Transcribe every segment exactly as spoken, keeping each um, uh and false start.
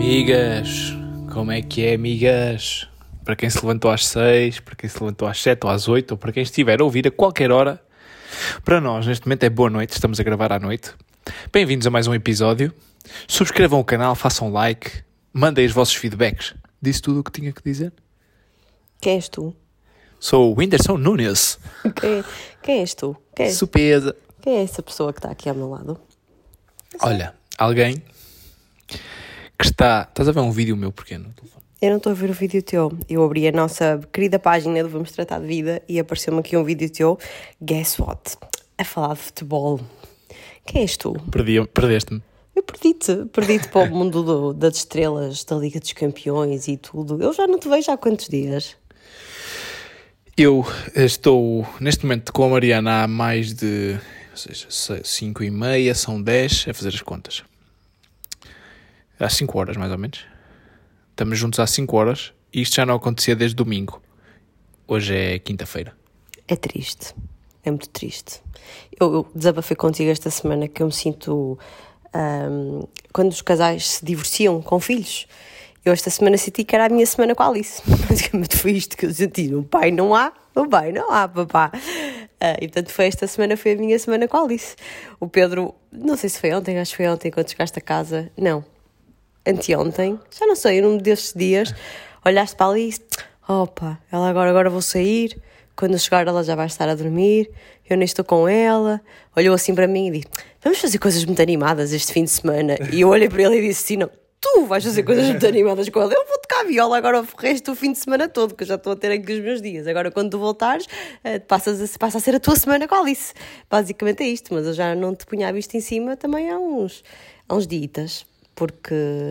Amigas, como é que é, amigas? Para quem se levantou às seis, para quem se levantou às sete ou às oito, ou para quem estiver a ouvir a qualquer hora, para nós neste momento é boa noite, estamos a gravar à noite. Bem-vindos a mais um episódio. Subscrevam o canal, façam like, mandem os vossos feedbacks. Disse tudo o que tinha que dizer? Quem és tu? Sou o Whindersson Nunes. Quem, quem és tu? Quem é, Surpresa. quem é essa pessoa que está aqui ao meu lado? Olha, alguém que está... Estás a ver um vídeo meu pequeno no telefone? Eu não estou a ver o vídeo teu. Eu abri a nossa querida página do Vamos Tratar de Vida e apareceu-me aqui um vídeo teu. Guess what? A falar de futebol. Quem és tu? Perdi, perdeste-me. Eu perdi-te. Perdi-te para o mundo do, das estrelas, da Liga dos Campeões e tudo. Eu já não te vejo há quantos dias? Eu estou, neste momento, com a Mariana há mais de... Ou seja, cinco e meia, são dez, a fazer as contas. Há cinco horas, mais ou menos. Estamos juntos há cinco horas e isto já não acontecia desde domingo. Hoje é quinta-feira. É triste. É muito triste. Eu, eu desabafei contigo esta semana que eu me sinto... Um, quando os casais se divorciam com filhos. Eu esta semana senti que era a minha semana com a Alice. Basicamente foi isto que eu senti. Um pai não há, um pai não há, papá. Uh, e portanto foi esta semana, foi a minha semana com a Alice. O Pedro, não sei se foi ontem, acho que foi ontem quando chegaste a casa. Não. Anteontem, já não sei, num desses dias, olhaste para a Alice, opa, ela agora, agora vou sair, quando eu chegar ela já vai estar a dormir, eu nem estou com ela, olhou assim para mim e disse, vamos fazer coisas muito animadas este fim de semana, e eu olhei para ele e disse assim, não, tu vais fazer coisas muito animadas com ela, eu vou tocar viola agora o resto do fim de semana todo, que eu já estou a ter aqui os meus dias, agora quando tu voltares, passas a, passa a ser a tua semana com a Alice, basicamente é isto, mas eu já não te punha a vista em cima também há uns, há uns dias. Porque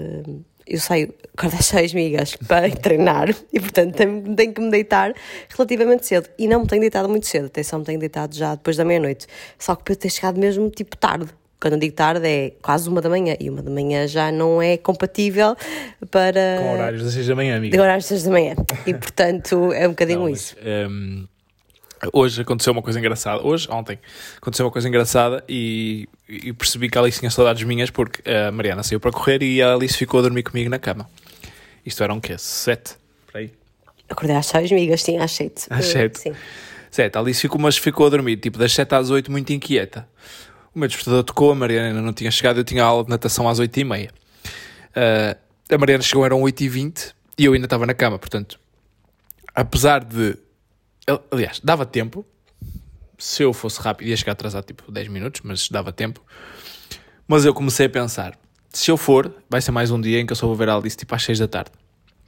eu saio acordo às seis, amigas, para treinar e, portanto, tenho, tenho que me deitar relativamente cedo. E não me tenho deitado muito cedo, até só me tenho deitado já depois da meia-noite. Só que para eu ter chegado mesmo, tipo, tarde. Quando eu digo tarde é quase uma da manhã. E uma da manhã já não é compatível para... Com horários das seis da manhã, amiga. De horários das seis da manhã. E, portanto, é um bocadinho não, isso. Mas, um... Hoje aconteceu uma coisa engraçada, hoje, ontem, aconteceu uma coisa engraçada e, e percebi que a Alice tinha saudades minhas porque a Mariana saiu para correr e a Alice ficou a dormir comigo na cama. Isto eram o quê? Sete? Por aí? Acordei às seis, amigas, sim, às sete. Às sete? Sim. Sete, a Alice ficou, mas ficou a dormir, tipo, das sete às oito, muito inquieta. O meu despertador tocou, a Mariana ainda não tinha chegado, eu tinha aula de natação às oito e meia. Uh, a Mariana chegou, eram oito e vinte e eu ainda estava na cama, portanto, apesar de... Aliás, dava tempo. Se eu fosse rápido, ia chegar atrasado tipo dez minutos, mas dava tempo. Mas eu comecei a pensar, se eu for, vai ser mais um dia em que eu só vou ver a Alice tipo às seis da tarde.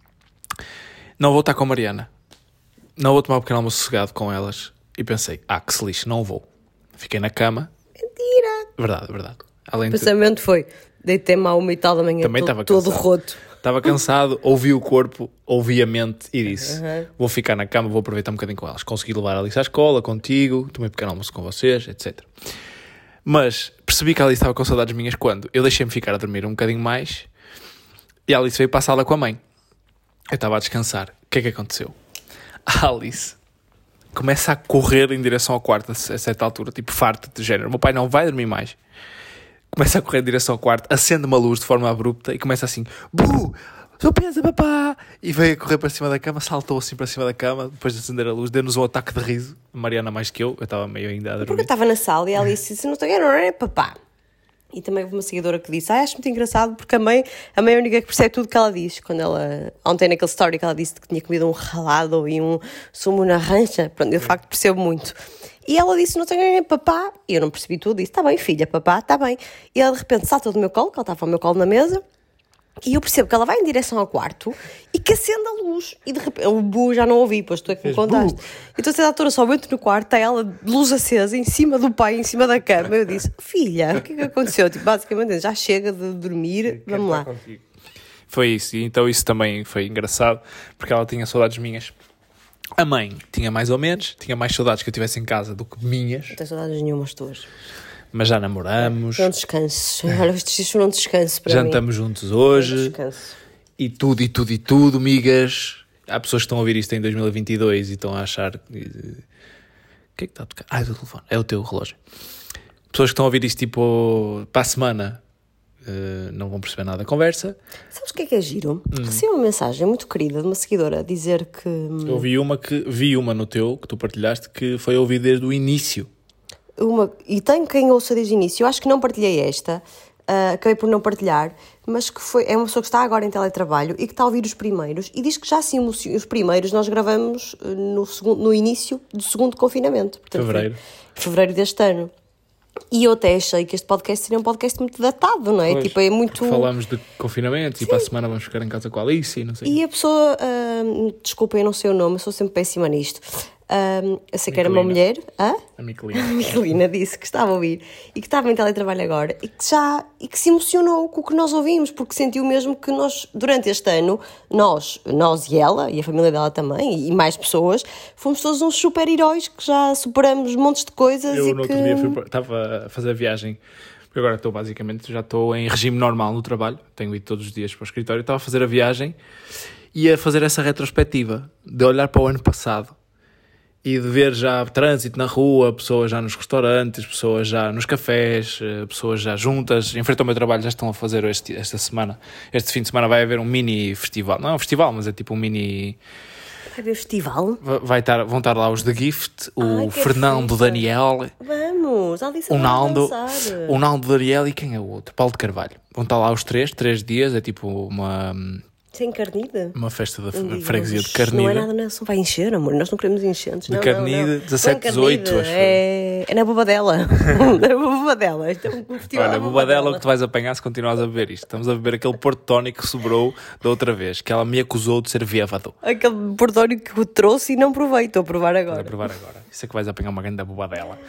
Não vou estar com a Mariana. Não vou tomar um pequeno almoço sossegado com elas. E pensei, ah, que se lixe, não vou. Fiquei na cama. Mentira! Verdade, verdade. Além o pensamento de... foi, deitei-me à uma e tal da manhã, também todo, todo roto. Estava cansado, ouvi o corpo, ouvi a mente e disse, uhum. Vou ficar na cama, vou aproveitar um bocadinho com elas. Consegui levar a Alice à escola, contigo, tomei um pequeno almoço com vocês, etcétera. Mas percebi que a Alice estava com saudades minhas quando eu deixei-me ficar a dormir um bocadinho mais e a Alice veio para a sala com a mãe. Eu estava a descansar. O que é que aconteceu? A Alice começa a correr em direção ao quarto a certa altura, tipo farta de género. O meu pai não vai dormir mais. Começa a correr em direção ao quarto, acende uma luz de forma abrupta e começa assim, bu, sou pensa, papá! E veio a correr para cima da cama, saltou assim para cima da cama, depois de acender a luz, deu-nos um ataque de riso. A Mariana mais que eu, eu estava meio ainda a dormir. Porque eu estava na sala e ela disse, se não estou a não é papá. E também houve uma seguidora que disse, ah, acho muito engraçado porque a mãe, a mãe é a única que percebe tudo que ela diz. Quando ela, ontem naquele story que ela disse que tinha comido um ralado e um sumo na rancha, pronto, eu de facto percebo muito. E ela disse, não tenho nem papá. E eu não percebi tudo, disse, está bem filha, papá, está bem. E ela de repente salta do meu colo, que ela estava ao meu colo na mesa, e eu percebo que ela vai em direção ao quarto e que acende a luz. E de repente, o bu já não ouvi, pois tu é que me contaste. Então, a altura só entro no quarto, está ela de luz acesa, em cima do pai, em cima da cama. Eu disse, filha, o que é que aconteceu? Tipo, basicamente, já chega de dormir, vamos lá. Foi isso, e então isso também foi engraçado, porque ela tinha saudades minhas. A mãe tinha mais ou menos, tinha mais saudades que eu estivesse em casa do que minhas. Não tenho saudades nenhumas tuas. Mas já namoramos. Não descanso. Olha, estes dias não descanso para já mim. Já estamos juntos hoje. Não descanso. E tudo, e tudo, e tudo, amigas. Há pessoas que estão a ouvir isto em dois mil e vinte e dois e estão a achar... O que é que está a tocar? Ah, é o teu telefone. É o teu relógio. Pessoas que estão a ouvir isto tipo para a semana uh, não vão perceber nada da conversa. Sabes o que é que é giro? Hum. Recebi uma mensagem muito querida de uma seguidora a dizer que... Eu vi uma, que, vi uma no teu, que tu partilhaste, que foi ouvir desde o início. Uma, e tenho quem ouça desde o início. Eu acho que não partilhei esta, uh, acabei por não partilhar, mas que foi, é uma pessoa que está agora em teletrabalho e que está a ouvir os primeiros e diz que já sim, os primeiros nós gravamos no, segundo, no início do segundo confinamento. Portanto, fevereiro. Fevereiro deste ano. E eu até achei que este podcast seria um podcast muito datado, não é? Pois, tipo, é muito... falamos de confinamento. Sim. E para a semana vamos ficar em casa com a Alice e não sei. E a pessoa, uh, desculpem, eu não sei o nome, eu sou sempre péssima nisto. Uh, eu sei que era uma mulher, hã? A Miquelina. A Miquelina disse que estava a ouvir e que estava em teletrabalho agora e que já e que se emocionou com o que nós ouvimos, porque sentiu mesmo que nós, durante este ano, nós, nós e ela, e a família dela também, e mais pessoas, fomos todos uns super-heróis que já superamos montes de coisas. Eu e no que... outro dia fui, estava a fazer a viagem, porque agora estou basicamente, já estou em regime normal no trabalho, tenho ido todos os dias para o escritório, estava a fazer a viagem e a fazer essa retrospectiva, de olhar para o ano passado. E de ver já trânsito na rua, pessoas já nos restaurantes, pessoas já nos cafés, pessoas já juntas. Em frente ao meu trabalho já estão a fazer este, esta semana. Este fim de semana vai haver um mini festival. Não é um festival, mas é tipo um mini... Vai haver festival? Vai estar, vão estar lá os The Gift, o Ai, Fernando fixe. Daniel. Vamos, a Alice o vai Naldo, dançar. o Naldo Daniel e quem é o outro? Paulo de Carvalho. Vão estar lá os três, três dias. É tipo uma... Sem carnida? Uma festa da Um freguesia de Não Carnida. é nada, não, só vai encher, amor. Nós não queremos enchentes. De não, Carnida, não, não. dezassete, dezoito, acho. É, é na Bobadela. Na Bobadela. Isto é um festival. Olha, Bobadela, o que tu vais apanhar se continuas a beber isto. Estamos a beber aquele Porto Tónico que sobrou da outra vez, que ela me acusou de ser vievado. Aquele portónio que eu trouxe e não provei. Estou a provar agora. Estou a provar agora. Isso é que vais apanhar uma grande Bobadela.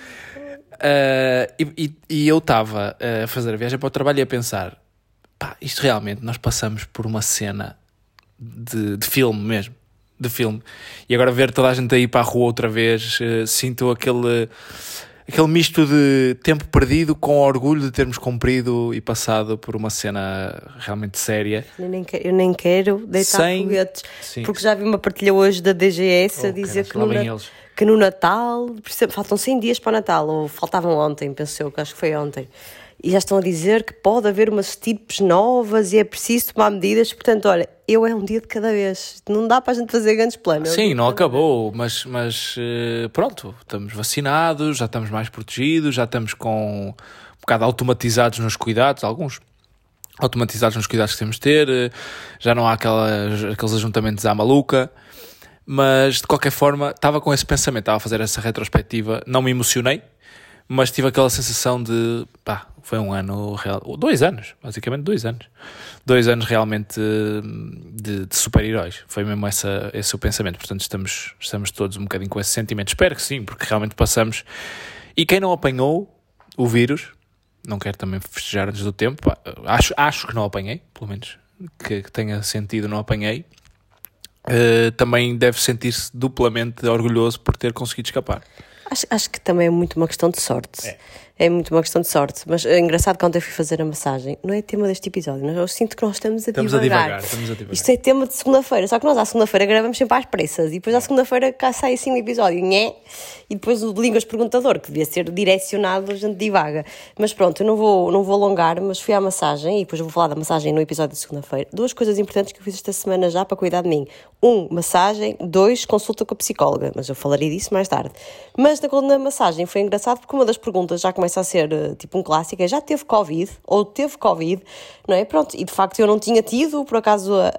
Uh, e, e, e eu estava a fazer a viagem para o trabalho e a pensar, pá, isto realmente, nós passamos por uma cena... De, de filme mesmo, de filme. E agora ver toda a gente a ir para a rua outra vez, uh, sinto aquele, aquele misto de tempo perdido com orgulho de termos cumprido e passado por uma cena realmente séria. Eu nem, que, eu nem quero deitar Sem... foguetes, Sim. porque já vi uma partilha hoje da D G S oh, a dizer cara, que, no, na, que no Natal, faltam cem dias para o Natal, ou faltavam ontem, penso eu, que acho que foi ontem. E já estão a dizer que pode haver umas estirpes novas e é preciso tomar medidas. Portanto, olha, eu é um dia de cada vez. Não dá para a gente fazer grandes planos. Sim, não acabou, mas, mas pronto, estamos vacinados, já estamos mais protegidos, já estamos com um bocado automatizados nos cuidados, alguns automatizados nos cuidados que temos de ter, já não há aquelas, aqueles ajuntamentos à maluca. Mas, de qualquer forma, estava com esse pensamento, estava a fazer essa retrospectiva, não me emocionei, mas tive aquela sensação de, pá, foi um ano real, dois anos, basicamente dois anos, dois anos realmente de, de super-heróis, foi mesmo essa, esse o pensamento, portanto estamos, estamos todos um bocadinho com esse sentimento, espero que sim, porque realmente passamos, e quem não apanhou o vírus, não quero também festejar antes do tempo, pá, acho, acho que não apanhei, pelo menos, que, que tenha sentido não apanhei, uh, também deve sentir-se duplamente orgulhoso por ter conseguido escapar. Acho, acho que também é muito uma questão de sorte. É. É muito uma questão de sorte. Mas é engraçado que ontem fui fazer a massagem. Não é tema deste episódio, mas eu sinto que nós estamos a estamos divagar. A divagar estamos a divagar. Isto é tema de segunda-feira. Só que nós à segunda-feira gravamos sempre às pressas. E depois à segunda-feira cá sai assim um episódio. Nhé, e depois o de línguas perguntador, que devia ser direcionado, a gente divaga. Mas pronto, eu não vou, não vou alongar, mas fui à massagem e depois vou falar da massagem no episódio de segunda-feira. Duas coisas importantes que eu fiz esta semana já para cuidar de mim. Um, massagem. Dois, consulta com a psicóloga. Mas eu falarei disso mais tarde. Mas na, na massagem foi engraçado porque uma das perguntas já começa a ser tipo um clássico, é já teve Covid ou teve Covid, não é? Pronto, e de facto eu não tinha tido, por acaso a,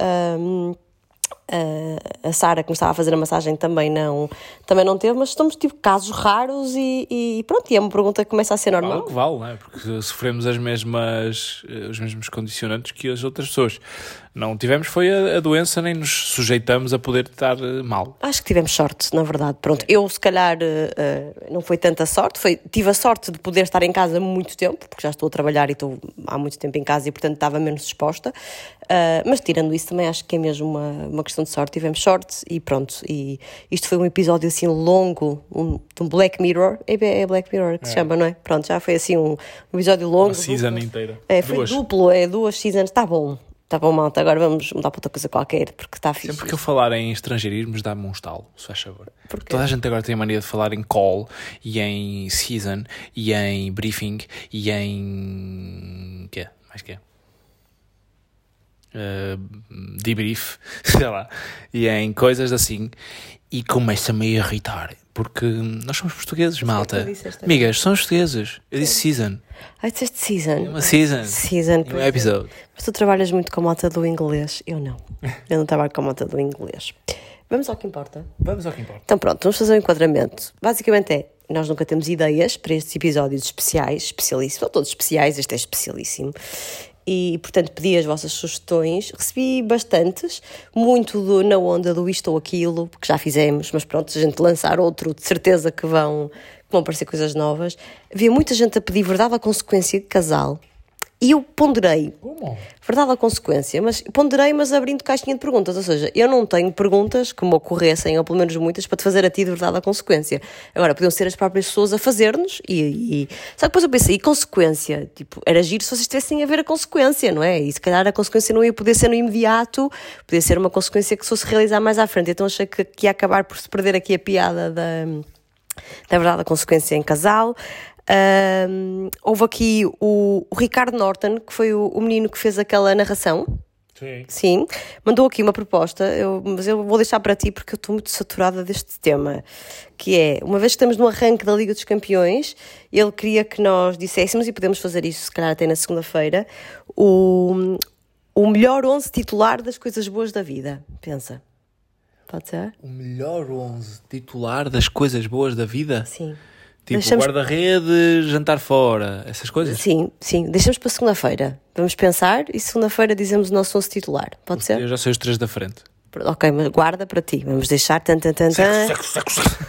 a, a Sara que me estava a fazer a massagem também não, também não teve, mas estamos tipo casos raros e, e pronto, e é uma pergunta que começa a ser normal. Vale o que vale, não é? Porque sofremos as mesmas, os mesmos condicionantes que as outras pessoas. Não tivemos foi a, a doença, nem nos sujeitamos a poder estar mal. Acho que tivemos sorte, na verdade. Pronto, eu se calhar uh, não foi tanta sorte, foi, tive a sorte de poder estar em casa muito tempo, porque já estou a trabalhar e estou há muito tempo em casa e portanto estava menos exposta, uh, mas tirando isso também acho que é mesmo uma, uma questão de sorte. Tivemos sorte e pronto, e isto foi um episódio assim longo, um, de um Black Mirror, é, é Black Mirror que é. se chama, não é? Pronto, já foi assim um, um episódio longo. Uma season duplo. Inteira. É, foi duas. duplo, é duas seasons, está bom. Está bom, malta, agora vamos mudar para outra coisa qualquer, porque está fixe. Sempre que eu falar em estrangeirismos, dá-me um estalo, se faz favor. Toda a gente agora tem a mania de falar em call, e em season, e em briefing, e em... quê? mais que é. Uh, debrief, sei lá, e em coisas assim, e começa-me a irritar, porque nós somos portugueses, malta. Amigas, somos portugueses. Eu disse season. Ah, disseste season. É uma season. Season. Um episode. Mas tu trabalhas muito com a malta do inglês. Eu não. Eu não trabalho com a malta do inglês. Vamos ao que importa. Vamos ao que importa. Então pronto, vamos fazer um enquadramento. Basicamente é, nós nunca temos ideias para estes episódios especiais, especialíssimos, são todos especiais, este é especialíssimo. E, portanto, pedi as vossas sugestões, recebi bastantes, muito do, na onda do isto ou aquilo, porque já fizemos, mas pronto, se a gente lançar outro, de certeza que vão, que vão aparecer coisas novas. Havia muita gente a pedir verdade à consequência de casal, e eu ponderei, Como? verdade à consequência, mas ponderei, mas abrindo caixinha de perguntas, ou seja, eu não tenho perguntas que me ocorressem, ou pelo menos muitas, para te fazer a ti de verdade à consequência. Agora, podiam ser as próprias pessoas a fazer-nos, e, e... Sabe, depois eu pensei, e consequência? Tipo, era giro se vocês tivessem a ver a consequência, não é? E se calhar a consequência não ia poder ser no imediato, podia ser uma consequência que se fosse realizar mais à frente, então achei que, que ia acabar por se perder aqui a piada da, da verdade à consequência em casal. Um, houve aqui o, o Ricardo Norton, que foi o, o menino que fez aquela narração. Sim. Sim, mandou aqui uma proposta, eu, mas eu vou deixar para ti porque eu estou muito saturada deste tema, que é, uma vez que estamos no arranque da Liga dos Campeões, ele queria que nós disséssemos, e podemos fazer isso se calhar até na segunda-feira, o, o melhor onze titular das coisas boas da vida. Pensa, pode ser? O melhor onze titular das coisas boas da vida? Sim. Tipo, Deixamos... guarda-rede, jantar fora, essas coisas? Sim, sim. Deixamos para segunda-feira. Vamos pensar e segunda-feira dizemos o nosso onze titular. Pode ser? Eu já sei os três da frente. Ok, mas guarda para ti. Vamos deixar tan, tan, tan, tan. Sexo, sexo, sexo.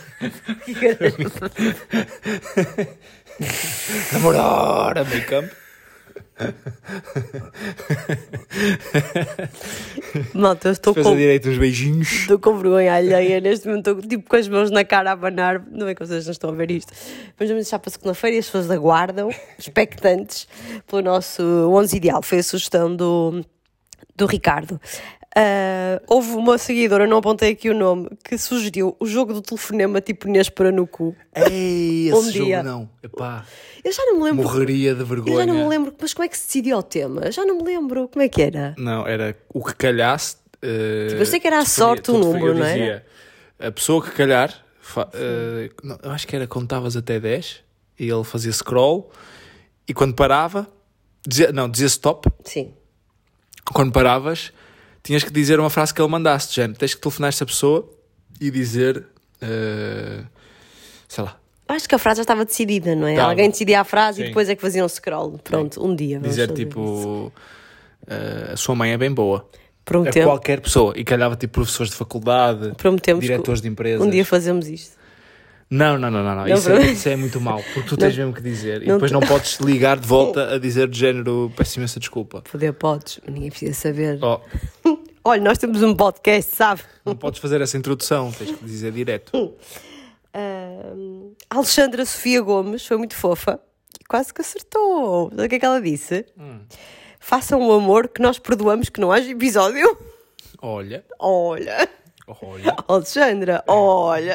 Namorar a meio campo. Malta, eu estou Fazer com... direito uns beijinhos. Estou com vergonha alheia neste momento, estou tipo com as mãos na cara a abanar, não é que vocês não estão a ver isto, mas vamos deixar para segunda-feira e as pessoas aguardam, expectantes, pelo nosso onze ideal. Foi a sugestão do, do Ricardo. Uh, houve uma seguidora, não apontei aqui o nome, que sugeriu o jogo do telefonema tipo Néspera no cu. Ei, esse um jogo dia. não. Epá, eu já não me lembro. morreria de vergonha. Eu já não me lembro, mas como é que se decidiu o tema? Já não me lembro, como é que era? Não, era o que calhasse. Uh, Tipo, eu sei que era à deferia, sorte o tu número, eu não dizia, era? A pessoa que calhar, fa, uh, não, eu acho que era contavas até dez e ele fazia scroll e quando parava, dizia, não, dizia stop. Sim. Quando paravas, tinhas que dizer uma frase que ele mandasse, gente. Tens que telefonar esta pessoa e dizer, uh, sei lá. Acho que a frase já estava decidida, não é? Estava. Alguém decidia a frase Sim. e depois é que faziam um scroll. Pronto, um dia. Vamos Dizer fazer tipo, isso. uh, a sua mãe é bem boa. A Prometemos, qualquer pessoa. E calhava tipo professores de faculdade, prometemos diretores que de empresas. um dia fazemos isto. Não, não, não, não, não. Não, Isso, é, isso é muito mau, porque tu tens Não. mesmo que dizer. E Não depois te- não podes ligar de volta a dizer de género, peço imensa desculpa. Poder podes, ninguém precisa saber. Oh, Olha, nós temos um podcast, sabe? não podes fazer essa introdução, tens que dizer direto. Ahm, Alexandra Sofia Gomes foi muito fofa e quase que acertou. Sabe o que é que ela disse? Hum. Façam o amor que nós perdoamos que não haja episódio. Olha, Olha, olha. Alexandra, olha.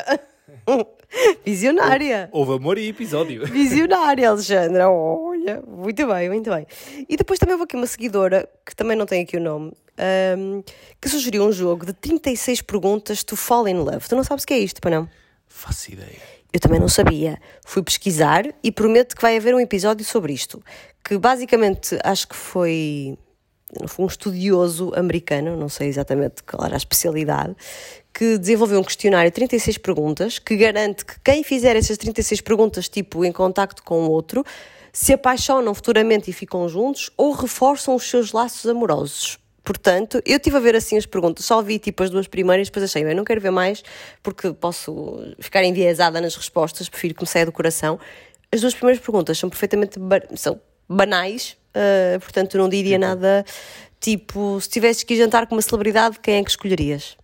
Visionária. Houve amor e episódio. Visionária, Alexandra. Olha, muito bem, muito bem. E depois também houve aqui uma seguidora, que também não tem aqui o nome, ahm, que sugeriu um jogo de trinta e seis perguntas to fall in love. Tu não sabes o que é isto, para não? Faço ideia. Eu também não sabia. Fui pesquisar e prometo que vai haver um episódio sobre isto. Que basicamente acho que foi, foi um estudioso americano, não sei exatamente qual era a especialidade, que desenvolveu um questionário de trinta e seis perguntas que garante que quem fizer essas trinta e seis perguntas, tipo em contacto com o outro, se apaixonam futuramente e ficam juntos ou reforçam os seus laços amorosos. Portanto, eu estive a ver assim as perguntas, só vi tipo as duas primeiras, depois achei, bem, não quero ver mais porque posso ficar enviesada nas respostas, prefiro que me saia do coração. As duas primeiras perguntas são perfeitamente ba- são banais, uh, portanto não diria Tipo? nada, tipo, se tivesses que ir jantar com uma celebridade, quem é que escolherias?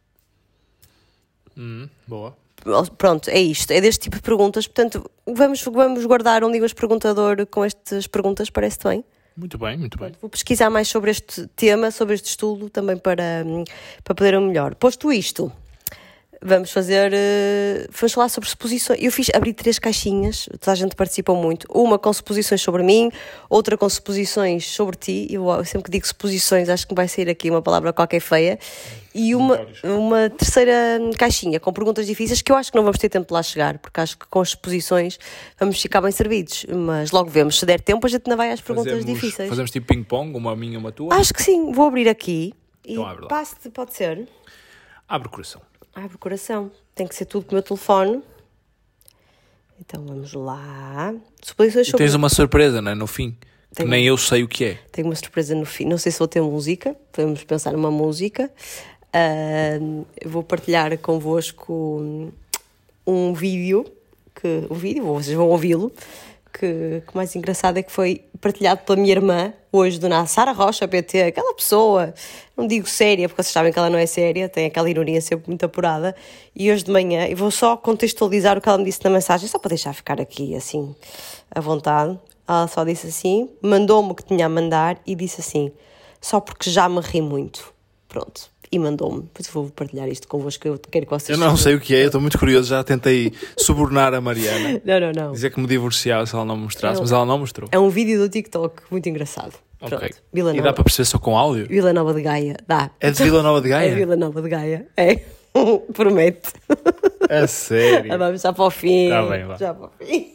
Hum, boa. Pronto, é isto, é deste tipo de perguntas, portanto vamos, vamos guardar um Ligas Perguntador com estas perguntas, parece-te bem? Muito bem, muito bem. Vou pesquisar mais sobre este tema, sobre este estudo, também para, hum, para poder o melhor. Posto isto, vamos fazer, uh, vamos falar sobre suposições. Eu fiz, abri três caixinhas, toda a gente participou muito. Uma com suposições sobre mim, outra com suposições sobre ti. Eu, eu sempre que digo suposições, acho que vai sair aqui uma palavra qualquer feia. E uma, uma terceira caixinha com perguntas difíceis que eu acho que não vamos ter tempo de lá chegar, porque acho que com as suposições vamos ficar bem servidos. Mas logo vemos, se der tempo a gente não vai às perguntas fazemos, difíceis. Fazemos tipo ping-pong, uma minha, uma tua? Acho que sim, vou abrir aqui. Então e abre lá. passe-te, pode ser? Abre o coração. Abre o coração. Tem que ser tudo com o meu telefone. Então vamos lá. Suposições E sobre... tens uma surpresa, não é? No fim. Que Tenho. nem eu sei o que é. Tenho uma surpresa no fim. Não sei se vou ter música. Podemos pensar numa música. Uh, eu vou partilhar convosco um vídeo. Que, um vídeo, vocês vão ouvi-lo. Que o mais engraçado é que foi partilhado pela minha irmã, hoje, dona Sara Rocha, P T, aquela pessoa, não digo séria, porque vocês sabem que ela não é séria, tem aquela ironia sempre muito apurada, e hoje de manhã, e vou só contextualizar o que ela me disse na mensagem, só para deixar ficar aqui, assim, à vontade. Ela só disse assim, mandou-me o que tinha a mandar, e disse assim, só porque já me ri muito. Pronto. E mandou-me. Depois vou partilhar isto convosco, eu quero que vocês... Eu não sei o que é, eu estou muito curioso, já tentei subornar a Mariana. Não, não, não. Dizer que me divorciava se ela não me mostrasse, É um- mas ela não mostrou. É um vídeo do TikTok muito engraçado. Ok. Pronto. E Vila dá Nova. para perceber só com áudio? Vila Nova de Gaia, dá. É de Vila Nova de Gaia? É Vila Nova de Gaia, é. Promete. A sério? Ah, vamos já para o fim. Tá bem, vá. Já para o fim.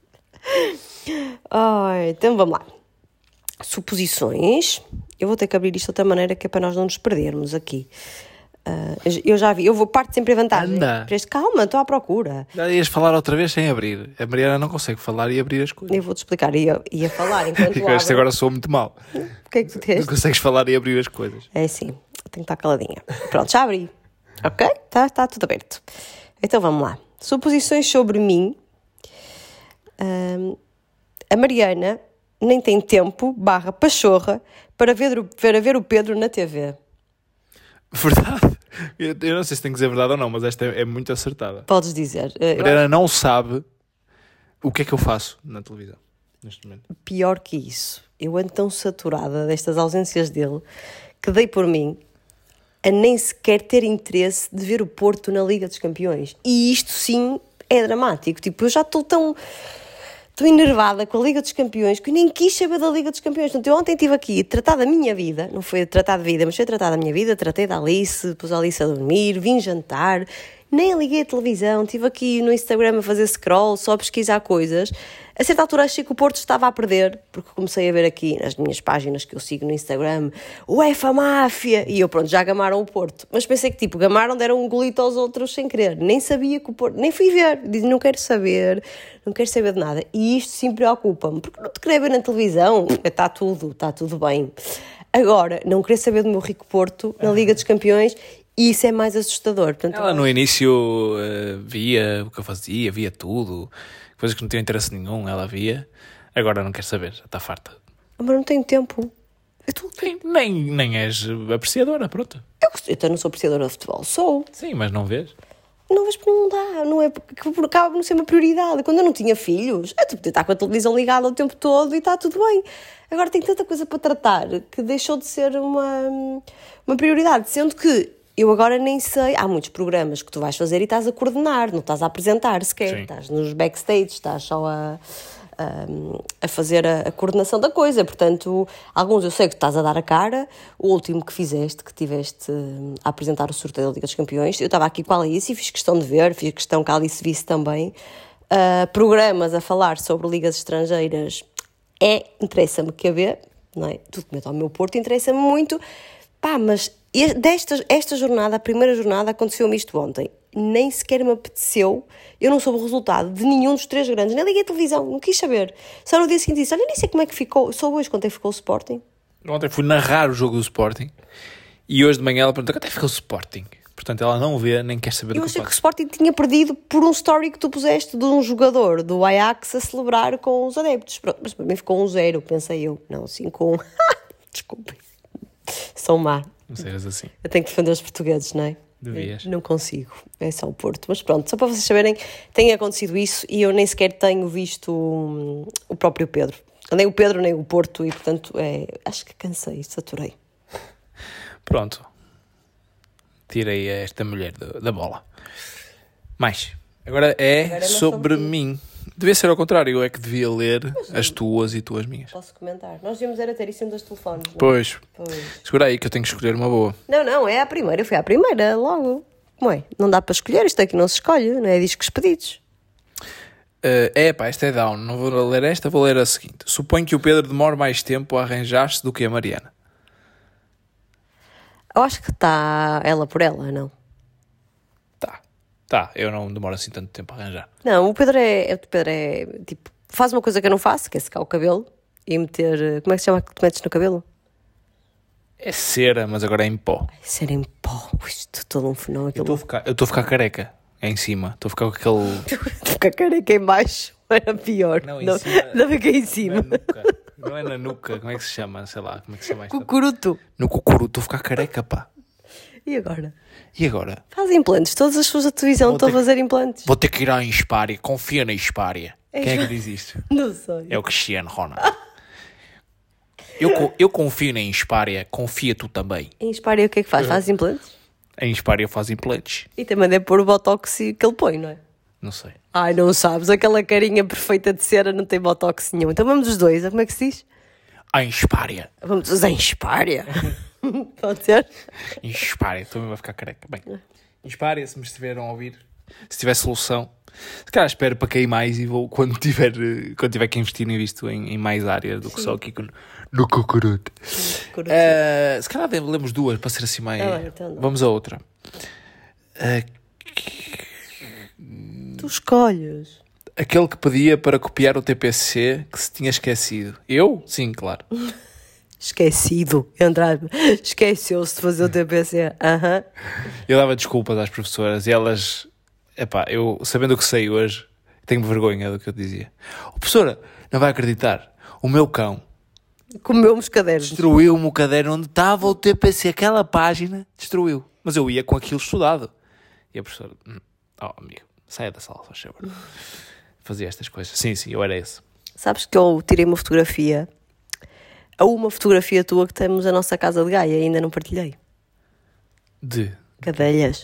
Ai, então vamos lá. Suposições. Eu vou ter que abrir isto de outra maneira que é para nós não nos perdermos aqui. Ah, eu já vi, eu vou parte sempre em vantagem. Anda. Para este- Calma, estou à procura. Já ias falar outra vez sem abrir. A Mariana não consegue falar e abrir as coisas. Eu vou-te explicar. Ia, ia falar enquanto Eu acho que abro. agora sou muito mal. O que é que tu Não tens? consegues falar e abrir as coisas. É assim, tenho que estar caladinha. Pronto, já abri. Ok? Está tá tudo aberto. Então vamos lá. Suposições sobre mim. Ahm, a Mariana nem tem tempo, barra pachorra, para ver, o- para ver o Pedro na T V. Verdade? Eu, eu não sei se tenho que dizer verdade ou não, mas esta é, é muito acertada. Podes dizer. Eh, A eu Mariana não sabe o que é que eu faço na televisão, neste momento. acho pior que isso. Eu ando tão saturada destas ausências dele que dei por mim a nem sequer ter interesse de ver o Porto na Liga dos Campeões. E isto sim é dramático. Tipo, eu já estou tão... Estou enervada com a Liga dos Campeões que eu nem quis saber da Liga dos Campeões. Portanto, eu ontem estive aqui a tratar da minha vida, não foi a tratar de vida, mas foi a tratar da minha vida, tratei da Alice, pus a Alice a dormir, vim jantar, nem liguei a televisão, estive aqui no Instagram a fazer scroll, só a pesquisar coisas. A certa altura achei que o Porto estava a perder, porque comecei a ver aqui nas minhas páginas que eu sigo no Instagram, UEFA Máfia, e eu pronto, já gamaram o Porto. Mas pensei que tipo, gamaram, deram um golito aos outros sem querer. Nem sabia que o Porto, nem fui ver, disse não quero saber, não quero saber de nada. E isto sim preocupa-me, porque não te querer ver na televisão, está tudo, está tudo bem. Agora, não querer saber do meu rico Porto na Liga dos Campeões, isso é mais assustador. Portanto, Ela no início eh, via o que eu fazia, via tudo, coisas que não tinham interesse nenhum, ela via. Agora não quer saber, já está farta. mas não tenho tempo. Eu, tô, Nem, nem, nem és apreciadora, pronto. eu, eu até não sou apreciadora de futebol, sou. Sim, mas não vês? Não, mas não dá, não é porque por acaba por não ser uma prioridade. Quando eu não tinha filhos, eu podia estar com a televisão ligada o tempo todo e está tudo bem. Agora tenho tanta coisa para tratar que deixou de ser uma, uma prioridade, sendo que eu agora nem sei, há muitos programas que tu vais fazer e estás a coordenar, não estás a apresentar sequer, Sim. estás nos backstage, estás só a, a, a fazer a, a coordenação da coisa, portanto, alguns eu sei que estás a dar a cara, o último que fizeste, que tiveste hum, a apresentar o sorteio da Liga dos Campeões, eu estava aqui com a Alice e fiz questão de ver, fiz questão que a Alice visse também, uh, programas a falar sobre ligas estrangeiras, é, interessa-me caber, não é? Tudo que mete ao meu Porto interessa-me muito, pá, mas Desta, esta jornada, a primeira jornada, aconteceu-me isto ontem. Nem sequer me apeteceu. Eu não soube o resultado de nenhum dos três grandes. Nem liguei a televisão, não quis saber. Só no dia seguinte disse, olha, nem sei como é que ficou. Só hoje, quanto é que ficou o Sporting? Ontem fui narrar o jogo do Sporting e hoje de manhã ela perguntou quanto é que ficou o Sporting. Portanto, ela não vê, nem quer saber Eu do que achei eu que o faço. Sporting tinha perdido por um story que tu puseste de um jogador do Ajax a celebrar com os adeptos. Pronto, mas para mim ficou um zero, pensei eu. Não, cinco um. Desculpem. Sou má. Não sejas assim. Eu tenho que defender os portugueses, não é? Devias. Eu não consigo, é só o Porto. Mas pronto, só para vocês saberem, tem acontecido isso e eu nem sequer tenho visto hum, o próprio Pedro. Nem o Pedro, nem o Porto e, portanto, é, acho que cansei, saturei. Pronto. tirei esta mulher do, da bola. Mais. Agora é, Agora é sobre sobre ti. mim. Devia ser ao contrário, eu é que devia ler as tuas e tu as minhas. Posso comentar? Nós devíamos era ter isso em dois telefones, não é? Pois, Pois. segura aí que eu tenho que escolher uma boa. Não, não, é a primeira. Eu fui à primeira, logo. Como é? Não dá para escolher, isto aqui não se escolhe, não é discos pedidos. Uh, é pá, esta é down. Não vou ler esta, vou ler a seguinte. Suponho que o Pedro demore mais tempo a arranjar-se do que a Mariana. Eu acho que está ela por ela, não? Tá, tá, eu não demoro assim tanto tempo a arranjar. Não, o Pedro é, o Pedro é tipo, faz uma coisa que eu não faço, que é secar o cabelo e meter. Como é que se chama que tu metes no cabelo? É cera, mas agora é em pó. Ser em pó. Isto todo um fenómeno. Eu Aquilo. estou a ficar, eu estou a ficar careca. É em cima. Estou a ficar com aquele... Com a careca em baixo era pior. Não, em não, cima- não fiquei em Não é cima. nuca. Não é na nuca. Como é que se chama? Sei lá. Como é que se chama esta? Cucuruto. No cucuru. Estou a ficar careca, pá. E agora? E agora? Faz implantes. Todas as pessoas da televisão Vou estão a ter que- fazer implantes. Vou ter que ir à Inspária. Confia na Inspária. Quem é que diz isto? Não sei. É o Cristiano Ronaldo. Eu, co- eu confio na Inspária. Confia tu também. Em Espária o que é que faz? Faz implantes? A Inspária faz implantes. E também deve pôr o botox que ele põe, não é? Não sei. Ai, não sabes. Aquela carinha perfeita de cera não tem botox nenhum. Então vamos os dois. Como é que se diz? A Inspária. Vamos os em Espária. Pode ser? Inspária. Estou mesmo a ficar careca. Bem, Inspária, se me estiveram a ouvir, se tiver solução, se calhar espero para cair mais e vou, quando tiver, eh, quando tiver que investir nisto em, em mais áreas do que só aqui com- no cucuruto. Eh, se calhar lemos duas para ser assim mais. Tá bem, então dá. Vamos a outra. Eh, Tu escolhes. aquele que pedia para copiar o T P C que se tinha esquecido. Eu? Sim, claro. Esquecido. Entrar. Esqueceu-se de fazer o T P C. Aham. Eu dava desculpas às professoras e elas, epá, eu sabendo o que sei hoje, tenho vergonha do que eu dizia. Oh, professora, não vai acreditar, o meu cão Comeu-me os cadernos. destruiu-me o caderno onde estava o T P C, aquela página, destruiu. Mas eu ia com aquilo estudado. E a professora, hum, oh amigo, saia da sala, faz favor. Fazia estas coisas. Sim, sim, eu era esse. Sabes que eu tirei uma fotografia, a uma fotografia tua que temos a nossa casa de Gaia e ainda não partilhei. De Cadelhas.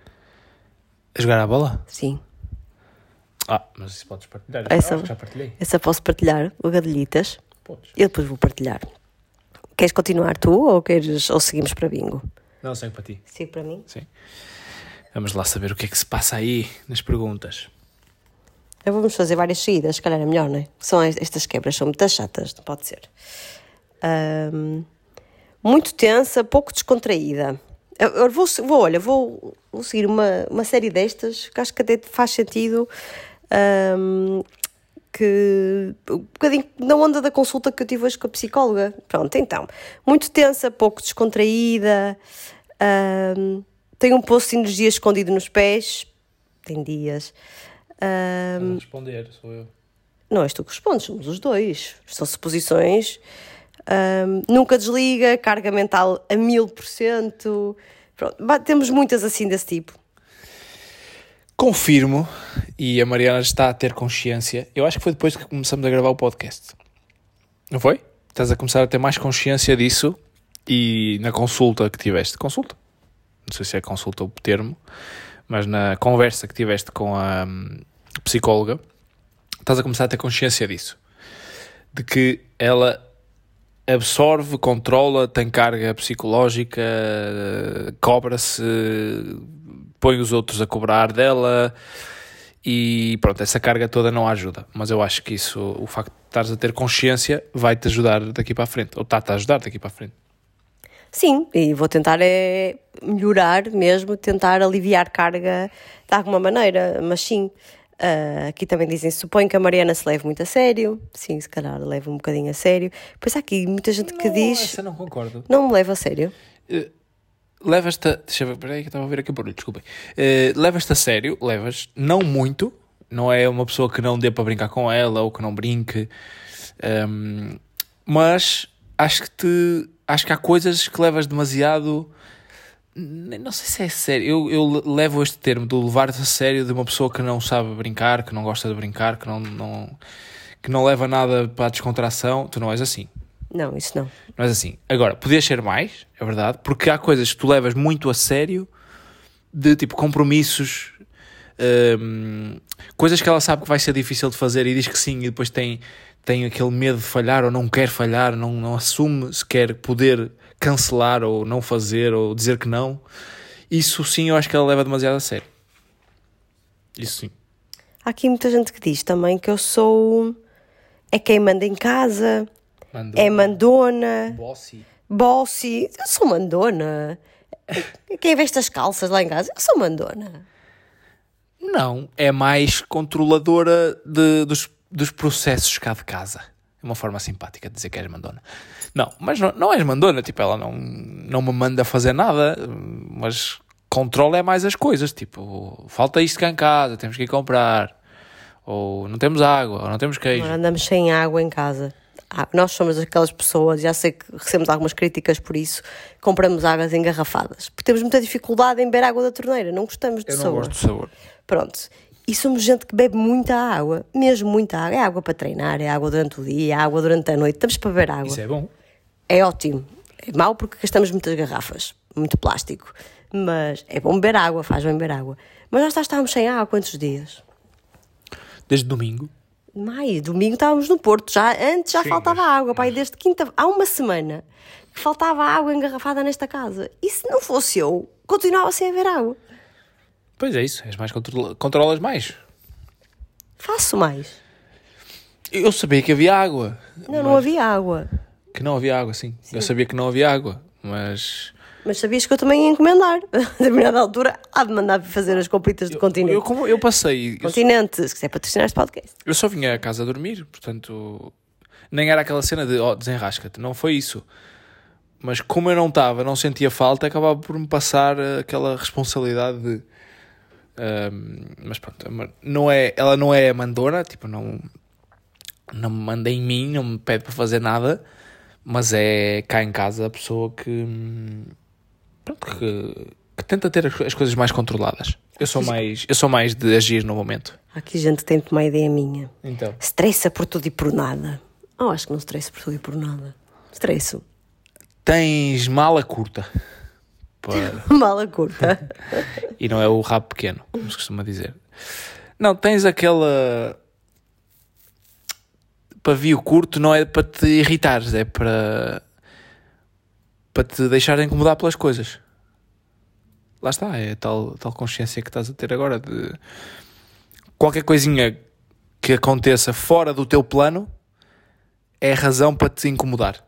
a jogar a bola? Sim. Ah, mas isso podes partilhar. Essa- Eu acho que já partilhei. Essa posso partilhar, o Gadelhitas. Podes. Eu depois vou partilhar. Queres continuar tu ou, queres, ou seguimos para bingo? Não, segue para ti. Sigo para mim? Sim. Vamos lá saber o que é que se passa aí nas perguntas. Então vamos fazer várias seguidas, se calhar é melhor, não é? São es- estas quebras, são muito chatas, não pode ser. Ahm, muito tensa, pouco descontraída. Eu, eu vou, se- vou, olha, vou, vou seguir uma, uma série destas que acho que até faz sentido, ahm, que um bocadinho na onda da consulta que eu tive hoje com a psicóloga. Pronto, então, muito tensa, pouco descontraída, ahm, tem um poço de energia escondido nos pés, tem dias. Ahm, responder, sou eu. não és tu que respondes, somos os dois. São suposições. Ahm, nunca desliga, carga mental a mil por cento. Pronto, ba- temos muitas assim desse tipo. Confirmo, e a Mariana está a ter consciência. Eu acho que foi depois que começamos a gravar o podcast. Não foi? Estás a começar a ter mais consciência disso e na consulta que tiveste. Consulta? Não sei se é consulta o termo, mas na conversa que tiveste com a hum, psicóloga, estás a começar a ter consciência disso. De que ela absorve, controla, tem carga psicológica, cobra-se, põe os outros a cobrar dela e pronto, essa carga toda não a ajuda. Mas eu acho que isso, o facto de estares a ter consciência, vai-te ajudar daqui para a frente, ou está-te a ajudar daqui para a frente. Sim, e vou tentar é melhorar mesmo, tentar aliviar carga de alguma maneira, mas sim. ah, aqui também dizem, suponho que a Mariana se leve muito a sério. Sim, se calhar leva um bocadinho a sério. Pois há aqui muita gente que diz, Essa não concordo. não me leva a sério. Uh, levas-te a... Deixa eu ver, peraí que eu estava a ver aqui o barulho, desculpem. Uh, levas-te a sério, levas, não muito, não é uma pessoa que não dê para brincar com ela ou que não brinque, um, mas acho que te... Acho que há coisas que levas demasiado... Não sei se é sério. Eu, eu levo este termo de levar-te a sério de uma pessoa que não sabe brincar, que não gosta de brincar, que não, não, que não leva nada para a descontração. Tu não és assim. Não, isso não. Não és assim. Agora, podias ser mais, é verdade, porque há coisas que tu levas muito a sério, de tipo compromissos, um, coisas que ela sabe que vai ser difícil de fazer e diz que sim, e depois tem, tem aquele medo de falhar ou não quer falhar, não, não assume se quer poder cancelar ou não fazer ou dizer que não. Isso sim eu acho que ela leva demasiado a sério. Isso sim. Há aqui muita gente que diz também que eu sou... É quem manda em casa, mandona. É mandona, bossy. bossy. Eu sou mandona. Quem veste as calças lá em casa, eu sou mandona. Não, é mais controladora de, dos, dos processos cá de casa. É uma forma simpática de dizer que és mandona. Não, mas não, não és mandona, tipo, ela não, não me manda fazer nada, mas controla é mais as coisas, tipo, falta isto cá em casa, temos que ir comprar. Ou não temos água, ou não temos queijo. Nós andamos sem água em casa. Ah, nós somos aquelas pessoas, já sei que recebemos algumas críticas por isso, compramos águas engarrafadas. Porque temos muita dificuldade em beber água da torneira, não gostamos de Eu não sabor. gosto de sabor. Pronto. E somos gente que bebe muita água, mesmo muita água. É água para treinar, é água durante o dia, é água durante a noite. Estamos para beber água. Isso é bom. É ótimo. É mau porque gastamos muitas garrafas, muito plástico. Mas é bom beber água, faz bem beber água. Mas nós estávamos sem água há quantos dias? Desde domingo. Mais, domingo estávamos no Porto, já, antes já Sim, faltava mas, água, pai, mas... desde quinta, há uma semana que faltava água engarrafada nesta casa. E se não fosse eu, continuava sem haver água. Pois é isso, és mais controla... controlas mais. Faço mais. Eu sabia que havia água. Não, mas... não havia água. Que não havia água, sim. sim. Eu sabia que não havia água, mas... Mas sabias que eu também ia encomendar. A determinada altura, há de mandar fazer as compritas do eu, continente. Eu, como, eu passei... Continente, eu... se quiser patrocinar este podcast. Eu só vinha a casa a dormir, portanto... Nem era aquela cena de, oh, desenrasca-te. Não foi isso. Mas como eu não estava, não sentia falta, acabava por me passar aquela responsabilidade de... Um, mas pronto, não é, ela não é mandona, tipo, não, não me manda em mim, não me pede para fazer nada, mas é cá em casa a pessoa que... Pronto, que, que tenta ter as coisas mais controladas. Eu sou mais, eu sou mais de agir no momento. Há aqui gente que tem uma ideia minha. Então. Estressa por tudo e por nada. Oh, acho que não estressa por tudo e por nada. Estresso. Tens mala curta. Para... Mala curta. E não é o rabo pequeno, como se costuma dizer. Não, tens aquela... Pavio curto não é para te irritares, é para... para te deixar incomodar pelas coisas. Lá está, é tal, tal consciência que estás a ter agora de qualquer coisinha que aconteça fora do teu plano é razão para te incomodar.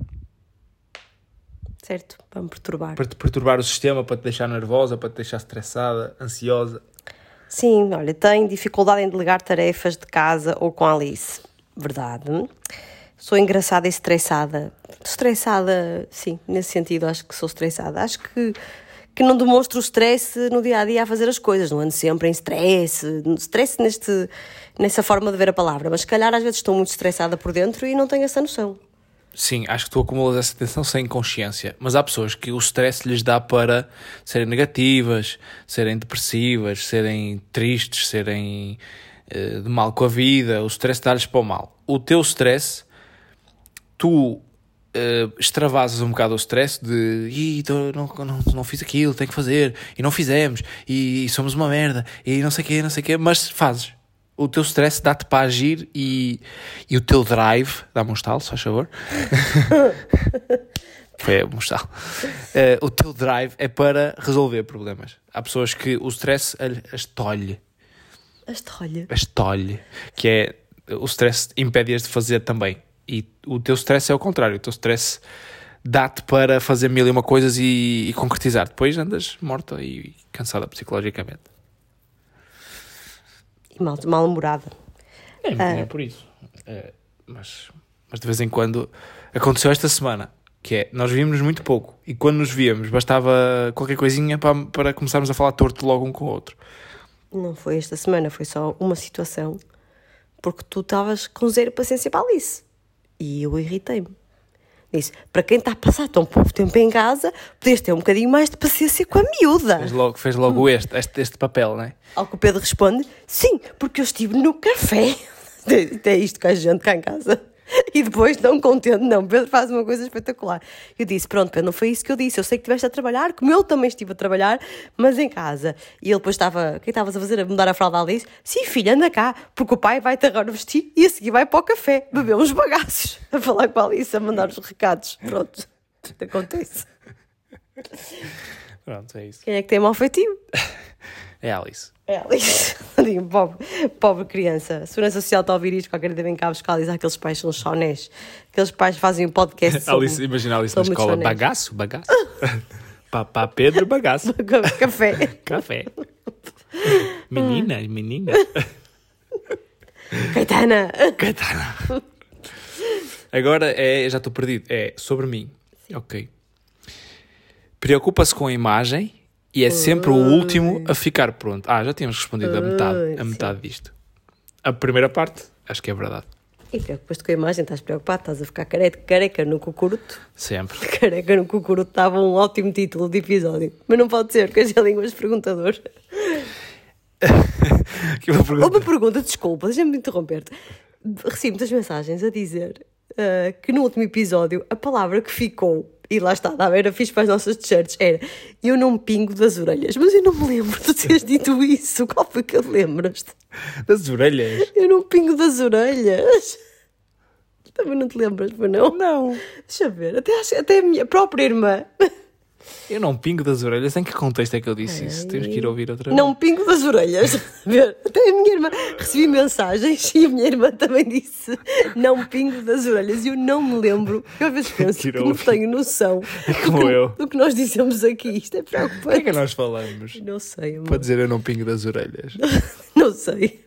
Certo, para me perturbar. Para te perturbar o sistema, para te deixar nervosa, para te deixar estressada, ansiosa. Sim, olha, tenho dificuldade em delegar tarefas de casa ou com a Alice. Verdade. Sou engraçada e estressada. Estressada, sim, nesse sentido acho que sou estressada. Acho que, que não demonstro o stress no dia-a-dia a fazer as coisas. Não ando sempre em stress. Stress neste, nessa forma de ver a palavra. Mas se calhar às vezes estou muito estressada por dentro e não tenho essa noção. Sim, acho que tu acumulas essa tensão sem consciência. Mas há pessoas que o stress lhes dá para serem negativas, serem depressivas, serem tristes, serem uh, de mal com a vida. O stress dá-lhes para o mal. O teu stress... tu uh, extravasas um bocado o stress de Ih, tô, não, não, não fiz aquilo, tenho que fazer, e não fizemos, e, e somos uma merda, e não sei o quê, não sei o quê, mas fazes. O teu stress dá-te para agir e, e o teu drive, dá-me um estalo, se faz favor. Foi um estalo. Uh, o teu drive é para resolver problemas. Há pessoas que o stress as tolhe. As tolhe. As tolhe. Que é, o stress impede-as de fazer também. E o teu stress é o contrário. O teu stress dá-te para fazer mil e uma coisas e, e concretizar. Depois andas morta e cansada psicologicamente. E mal, mal-humorada. É, não é por isso. É, mas, mas de vez em quando aconteceu esta semana. Que é, nós víamos muito pouco. E quando nos víamos, bastava qualquer coisinha para, para começarmos a falar torto logo um com o outro. Não foi esta semana, foi só uma situação. Porque tu estavas com zero paciência para Alice. E eu irritei-me. Disse, para quem está a passar tão pouco tempo em casa, podias ter um bocadinho mais de paciência com a miúda. Fez logo, fez logo este, este, este papel, não é? Ao que o Pedro responde, sim, porque eu estive no café. É isto que a gente cá em casa. E depois, não contente, não, Pedro faz uma coisa espetacular. Eu disse, pronto, Pedro, não foi isso que eu disse. Eu sei que estiveste a trabalhar, como eu também estive a trabalhar, mas em casa. E ele depois estava, o que estavas a fazer? A mudar a fralda à Alice? Sim, filha, anda cá, porque o pai vai-te agora vestir e a seguir vai para o café, beber uns bagaços, a falar com a Alice, a mandar os recados. Pronto, acontece. Pronto, é isso. Quem é que tem mau feitio? É a Alice. É a Alice. Digo, pobre, pobre criança. A Segurança Social está a ouvir isto, qualquer dia vem cá buscar a Alice. Aqueles pais são chonés. Aqueles pais fazem um podcast sobre... Alice, imagina a Alice na escola. Bagaço, bagaço. Papá Pedro, bagaço. Café. Café. Meninas, menina. Caetana. Caetana. Agora é, já estou perdido. É sobre mim. Sim. Ok. Preocupa-se com a imagem e é sempre o último a ficar pronto. Ah, já tínhamos respondido a metade, a metade disto. A primeira parte, acho que é verdade. E preocupas-te com a imagem, estás preocupado, estás a ficar careca, careca no cucuruto. Sempre. Careca no cucuruto estava um ótimo título de episódio. Mas não pode ser, porque é línguas perguntador. Que uma pergunta. Uma pergunta, desculpa, deixa-me interromper-te. Recebi muitas mensagens a dizer uh, que no último episódio a palavra que ficou, e lá está, era fixe para as nossas t-shirts, era eu não me pingo das orelhas. Mas eu não me lembro de teres dito isso. Qual foi que lembras-te? Das orelhas? Eu não pingo das orelhas. Também não te lembras, foi não? Não. Deixa eu ver, até, acho, até a minha própria irmã... Eu não pingo das orelhas. Em que contexto é que eu disse isso? Temos que ir ouvir outra vez. Não pingo das orelhas. Até a minha irmã... Recebi mensagens e a minha irmã também disse não pingo das orelhas. E eu não me lembro. Eu às vezes penso que, que não tenho noção Como do, que, eu. do que nós dizemos aqui. Isto é preocupante. O que é que nós falamos? Não sei, amor. Para dizer eu não pingo das orelhas. Não sei.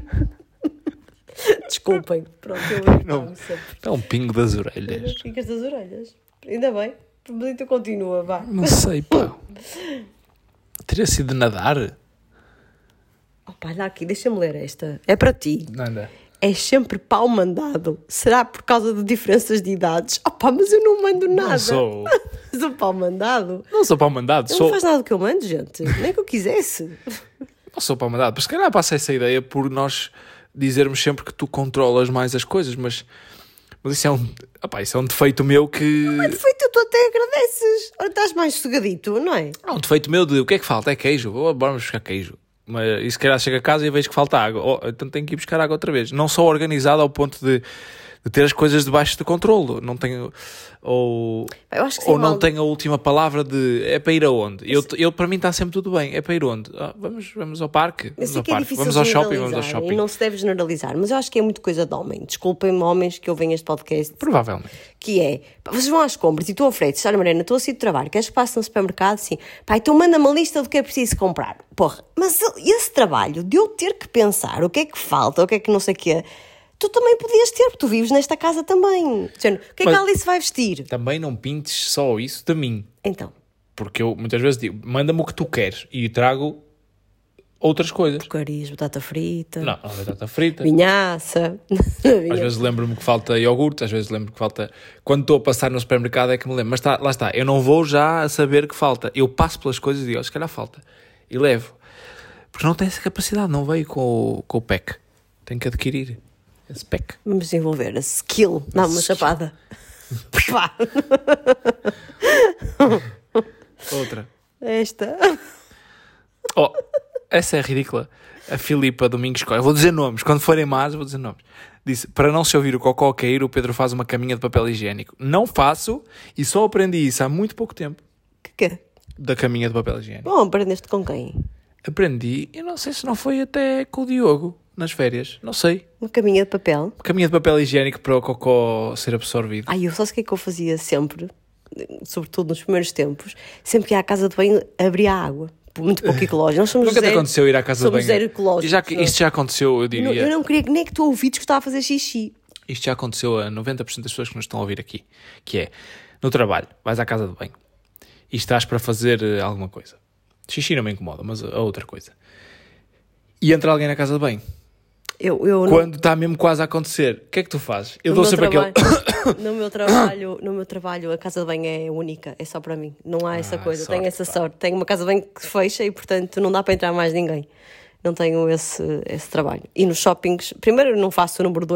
Desculpem. Pronto, eu não, é um pingo das orelhas. Não pingas das orelhas. Ainda bem. Mas então continua, vá. Não sei, pá. Teria sido de nadar? Opa, olha aqui, deixa-me ler esta. É para ti. Nada. É sempre pau mandado. Será por causa de diferenças de idades? Opa, mas eu não mando nada. Não sou. Sou pau mandado. Não sou pau mandado. Eu sou... não faz nada do que eu mando, gente. Nem que eu quisesse. Não sou pau mandado. Mas se calhar passa essa ideia por nós dizermos sempre que tu controlas mais as coisas, mas... Mas isso é um, opa, isso é um defeito meu que... Não é defeito, tu até agradeces. Ora, estás mais sossegadito, não é? É um defeito meu de o que é que falta? É queijo. Oh, bora buscar queijo. Mas e se calhar chego a casa e vejo que falta água. Oh, então tenho que ir buscar água outra vez. Não sou organizado ao ponto de, de ter as coisas debaixo de controle. Não tenho... Ou, eu acho que ou não mal... tenho a última palavra de é para ir aonde. Eu, eu, para mim está sempre tudo bem. É para ir onde? Ah, vamos, vamos ao parque. Vamos, ao, que é parque. Vamos ao shopping. Vamos ao shopping. E não se deve generalizar. Mas eu acho que é muito coisa de homem. Desculpem-me, homens, que ouvem este podcast. Provavelmente. Que é, pá, vocês vão às compras e tu ofereces, olha Mariana, estou a sair do trabalho, queres que passe no supermercado? Sim. Pá, então manda-me a lista do que é preciso comprar. Porra, mas esse trabalho de eu ter que pensar o que é que falta, o que é que não sei o quê... Tu também podias ter, porque tu vives nesta casa também. Dizendo, o que é que a Alice vai vestir? Também não pintes só isso de mim. Então. Porque eu muitas vezes digo, manda-me o que tu queres e trago outras coisas. Porcarias, batata frita. Não, não batata frita. Vinhaça. Às vezes lembro-me que falta iogurte, às vezes lembro que falta... Quando estou a passar no supermercado é que me lembro. Mas tá, lá está, eu não vou já a saber que falta. Eu passo pelas coisas e digo, oh, se calhar falta. E levo. Porque não tenho essa capacidade, não veio com o, com o pack. Tenho que adquirir. Esse pack. Vamos desenvolver a skill. Dá uma chapada. Pá. Outra. Esta. Oh, essa é ridícula. A Filipa Domingos Coelho. Vou dizer nomes. Quando forem más, vou dizer nomes. Disse, para não se ouvir o cocó cair, o Pedro faz uma caminha de papel higiênico. Não faço e só aprendi isso há muito pouco tempo. Que quê? Da caminha de papel higiênico. Bom, aprendeste com quem? Aprendi, eu não sei se não foi até com o Diogo. Nas férias, não sei. Uma caminha de papel? Caminha de papel higiênico para o cocó ser absorvido. Ai, eu só sei o que é que eu fazia sempre, sobretudo nos primeiros tempos, sempre que ia à casa de banho, abria a água. Muito pouco ecológico. Nós somos Nunca te zero, aconteceu ir à casa de banho? Somos zero ecológicos. Já, isto já aconteceu, eu diria. Não, eu não queria que nem que tu ouvides que estava a fazer xixi. Isto já aconteceu a noventa por cento das pessoas que nos estão a ouvir aqui. Que é, no trabalho, vais à casa de banho e estás para fazer alguma coisa. Xixi não me incomoda, mas a outra coisa. E entra alguém na casa de banho. Eu, eu Quando não... está mesmo quase a acontecer, o que é que tu fazes? Eu no dou meu sempre trabalho, aquele... no, meu trabalho, no meu trabalho, a casa de banho é única, é só para mim. Não há essa ah, coisa, sorte, tenho essa pá. sorte. Tenho uma casa de banho que fecha e, portanto, não dá para entrar mais ninguém. Não tenho esse, esse trabalho. E nos shoppings, primeiro não faço o número dois,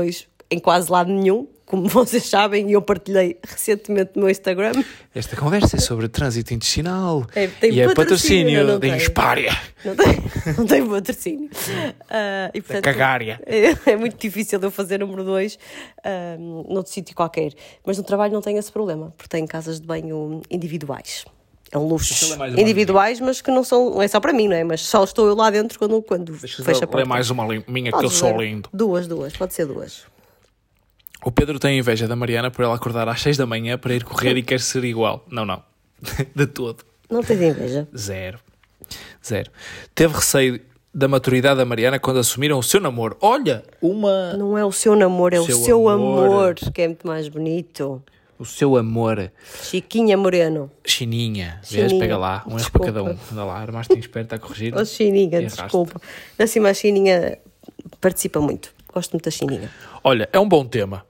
em quase lado nenhum, como vocês sabem, e eu partilhei recentemente no meu Instagram. Esta conversa é sobre trânsito intestinal É, tem e é patrocínio, patrocínio não da tem. Inspária, Não tem, não tem patrocínio. Uh, e, da portanto, Cagária. É, é muito difícil de eu fazer número dois um, noutro sítio qualquer. Mas no trabalho não tenho esse problema, porque tenho casas de banho individuais. É um luxo. Deixa eu ler mais uma Individuais, mas que não são, não é só para mim, não é? Mas só estou eu lá dentro quando, quando Deixa fecho a eu porta. ler mais uma li- minha, que Podes eu sou ler. lindo. Duas, duas, pode ser duas. O Pedro tem inveja da Mariana por ela acordar às seis da manhã para ir correr e quer ser igual. Não, não. De todo. Não tens inveja? Zero. Zero. Teve receio da maturidade da Mariana quando assumiram o seu namoro. Olha, uma... Não é o seu namoro, é o Seu seu, amor. amor, que é muito mais bonito. O seu amor. Chiquinha Moreno. Chininha. Vês? Chininha. Pega lá. Um erro Desculpa. para cada um. Anda lá. Armaste esperto a corrigir. Oh, Chininha, E arrasta. desculpa. Assim, mas a Chininha participa muito. Gosto muito da Chininha. Olha, é um bom tema.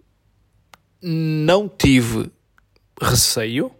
Não tive receio,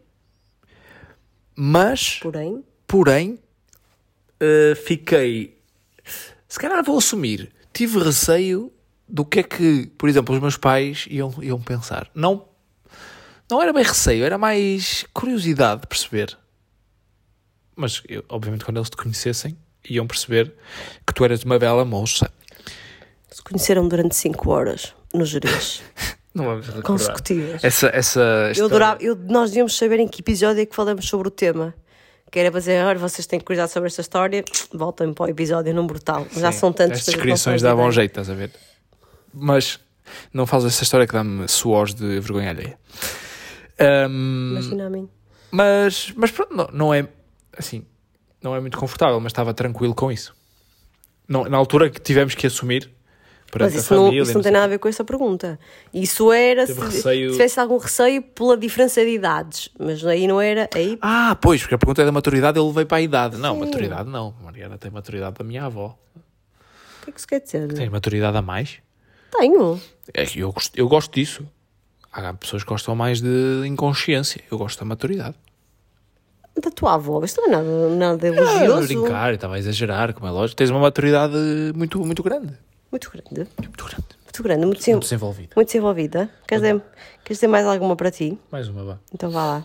mas, Porém, porém, eh, fiquei... Se calhar vou assumir. Tive receio do que é que, por exemplo, os meus pais iam, iam pensar. Não, não era bem receio, era mais curiosidade de perceber. Mas, eu, obviamente, quando eles te conhecessem, iam perceber que tu eras uma bela moça. se conheceram durante cinco horas no Jerez. Não vamos recordar. Consecutivas. Essa, essa Eu história- adorava, eu, nós devíamos saber em que episódio é que falamos sobre o tema. Que era para dizer, olha, vocês têm curiosidade sobre esta história, voltem para o episódio num brutal. Já Sim, são tantos as que a gente não descrições faz davam ideia. jeito, estás a ver? Mas não faz essa história que dá-me suores de vergonha alheia. Ahm, Imagina a mim. mas, mas pronto, não, não é assim, não é muito confortável, mas estava tranquilo com isso. Não, na altura que tivemos que assumir perante Mas isso a não, família, isso não tem sei nada a ver com essa pergunta. Isso era se, Teve receio- se tivesse algum receio pela diferença de idades. Mas aí não era. Aí, Ah, pois, porque a pergunta é da maturidade, ele veio para a idade. Não, Sim. maturidade não. A Mariana tem maturidade da minha avó. o que é que isso quer dizer? Tem maturidade a mais. Tenho. É que eu, gosto- eu gosto disso. Há pessoas que gostam mais de inconsciência. Eu gosto da maturidade. Da tua avó, mas também nada, nada Ah, elogioso. brincar, estava a exagerar, como é lógico. Tens uma maturidade muito, muito grande. Muito grande. Muito grande. Muito grande, muito, sim, Muito desenvolvida. muito desenvolvida. Queres dizer, queres dizer mais alguma para ti? Mais uma, vá. Então vá lá.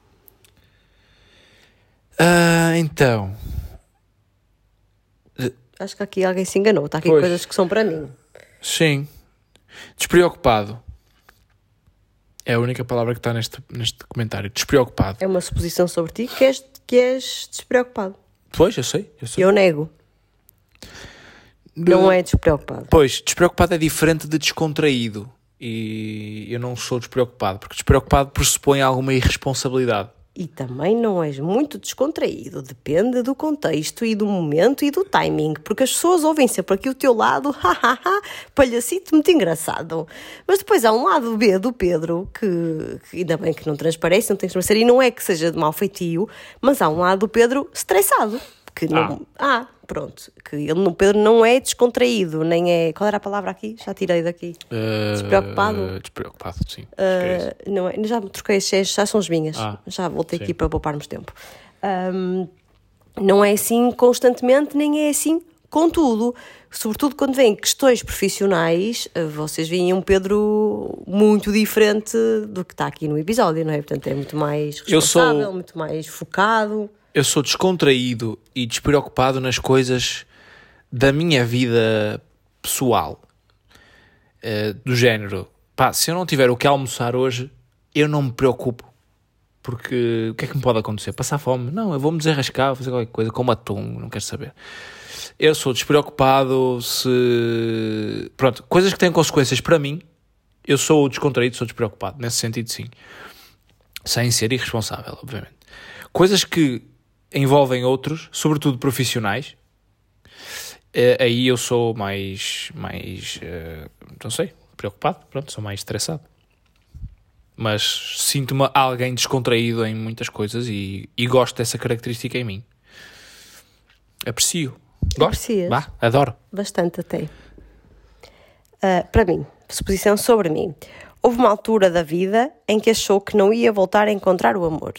Ah, então. Acho que aqui alguém se enganou. Está aqui Pois. coisas que são para mim. Sim. Despreocupado. É a única palavra que está neste, neste comentário. Despreocupado. É uma suposição sobre ti que és, que és despreocupado. Pois, eu sei. Eu sei. Eu nego. Não é despreocupado. Pois, despreocupado é diferente de descontraído. E eu não sou despreocupado, porque despreocupado pressupõe alguma irresponsabilidade. E também não és muito descontraído. Depende do contexto e do momento e do timing. Porque as pessoas ouvem sempre aqui o teu lado, hahaha, palhacito muito engraçado. Mas depois há um lado B do Pedro, que, que ainda bem que não transparece, não tem que transparecer, e não é que seja de mau feitio, mas há um lado do Pedro estressado. Que não... Ah, pronto. Que ele, no Pedro não é descontraído, nem é... Qual era a palavra aqui? Já tirei daqui. Uh, Despreocupado? Despreocupado, sim. Acho que é isso. Uh, não é, já me troquei, já, já são as minhas. Ah, já voltei sim. aqui para pouparmos tempo. Um, não é assim constantemente, nem é assim com tudo. Sobretudo quando vêm questões profissionais, uh, vocês veem um Pedro muito diferente do que está aqui no episódio, não é? Portanto, é muito mais Eu sou- responsável, muito mais focado. Eu sou descontraído e despreocupado nas coisas da minha vida pessoal. Uh, do género, pá, se eu não tiver o que almoçar hoje, eu não me preocupo. Porque o que é que me pode acontecer? Passar fome? Não, eu vou-me desarrascar, vou fazer qualquer coisa, como atum, não quero saber. Eu sou despreocupado se... Pronto, coisas que têm consequências para mim, eu sou descontraído, sou despreocupado. Nesse sentido, sim. Sem ser irresponsável, obviamente. Coisas que envolvem outros, sobretudo profissionais, eh, aí eu sou mais, mais eh, não sei, preocupado, pronto, sou mais estressado. Mas sinto-me alguém descontraído em muitas coisas e, e gosto dessa característica em mim. Aprecio. Gosto. Aprecias? Vá, adoro. Bastante até. Uh, para mim, suposição sobre mim. Houve uma altura da vida em que achou que não ia voltar a encontrar o amor.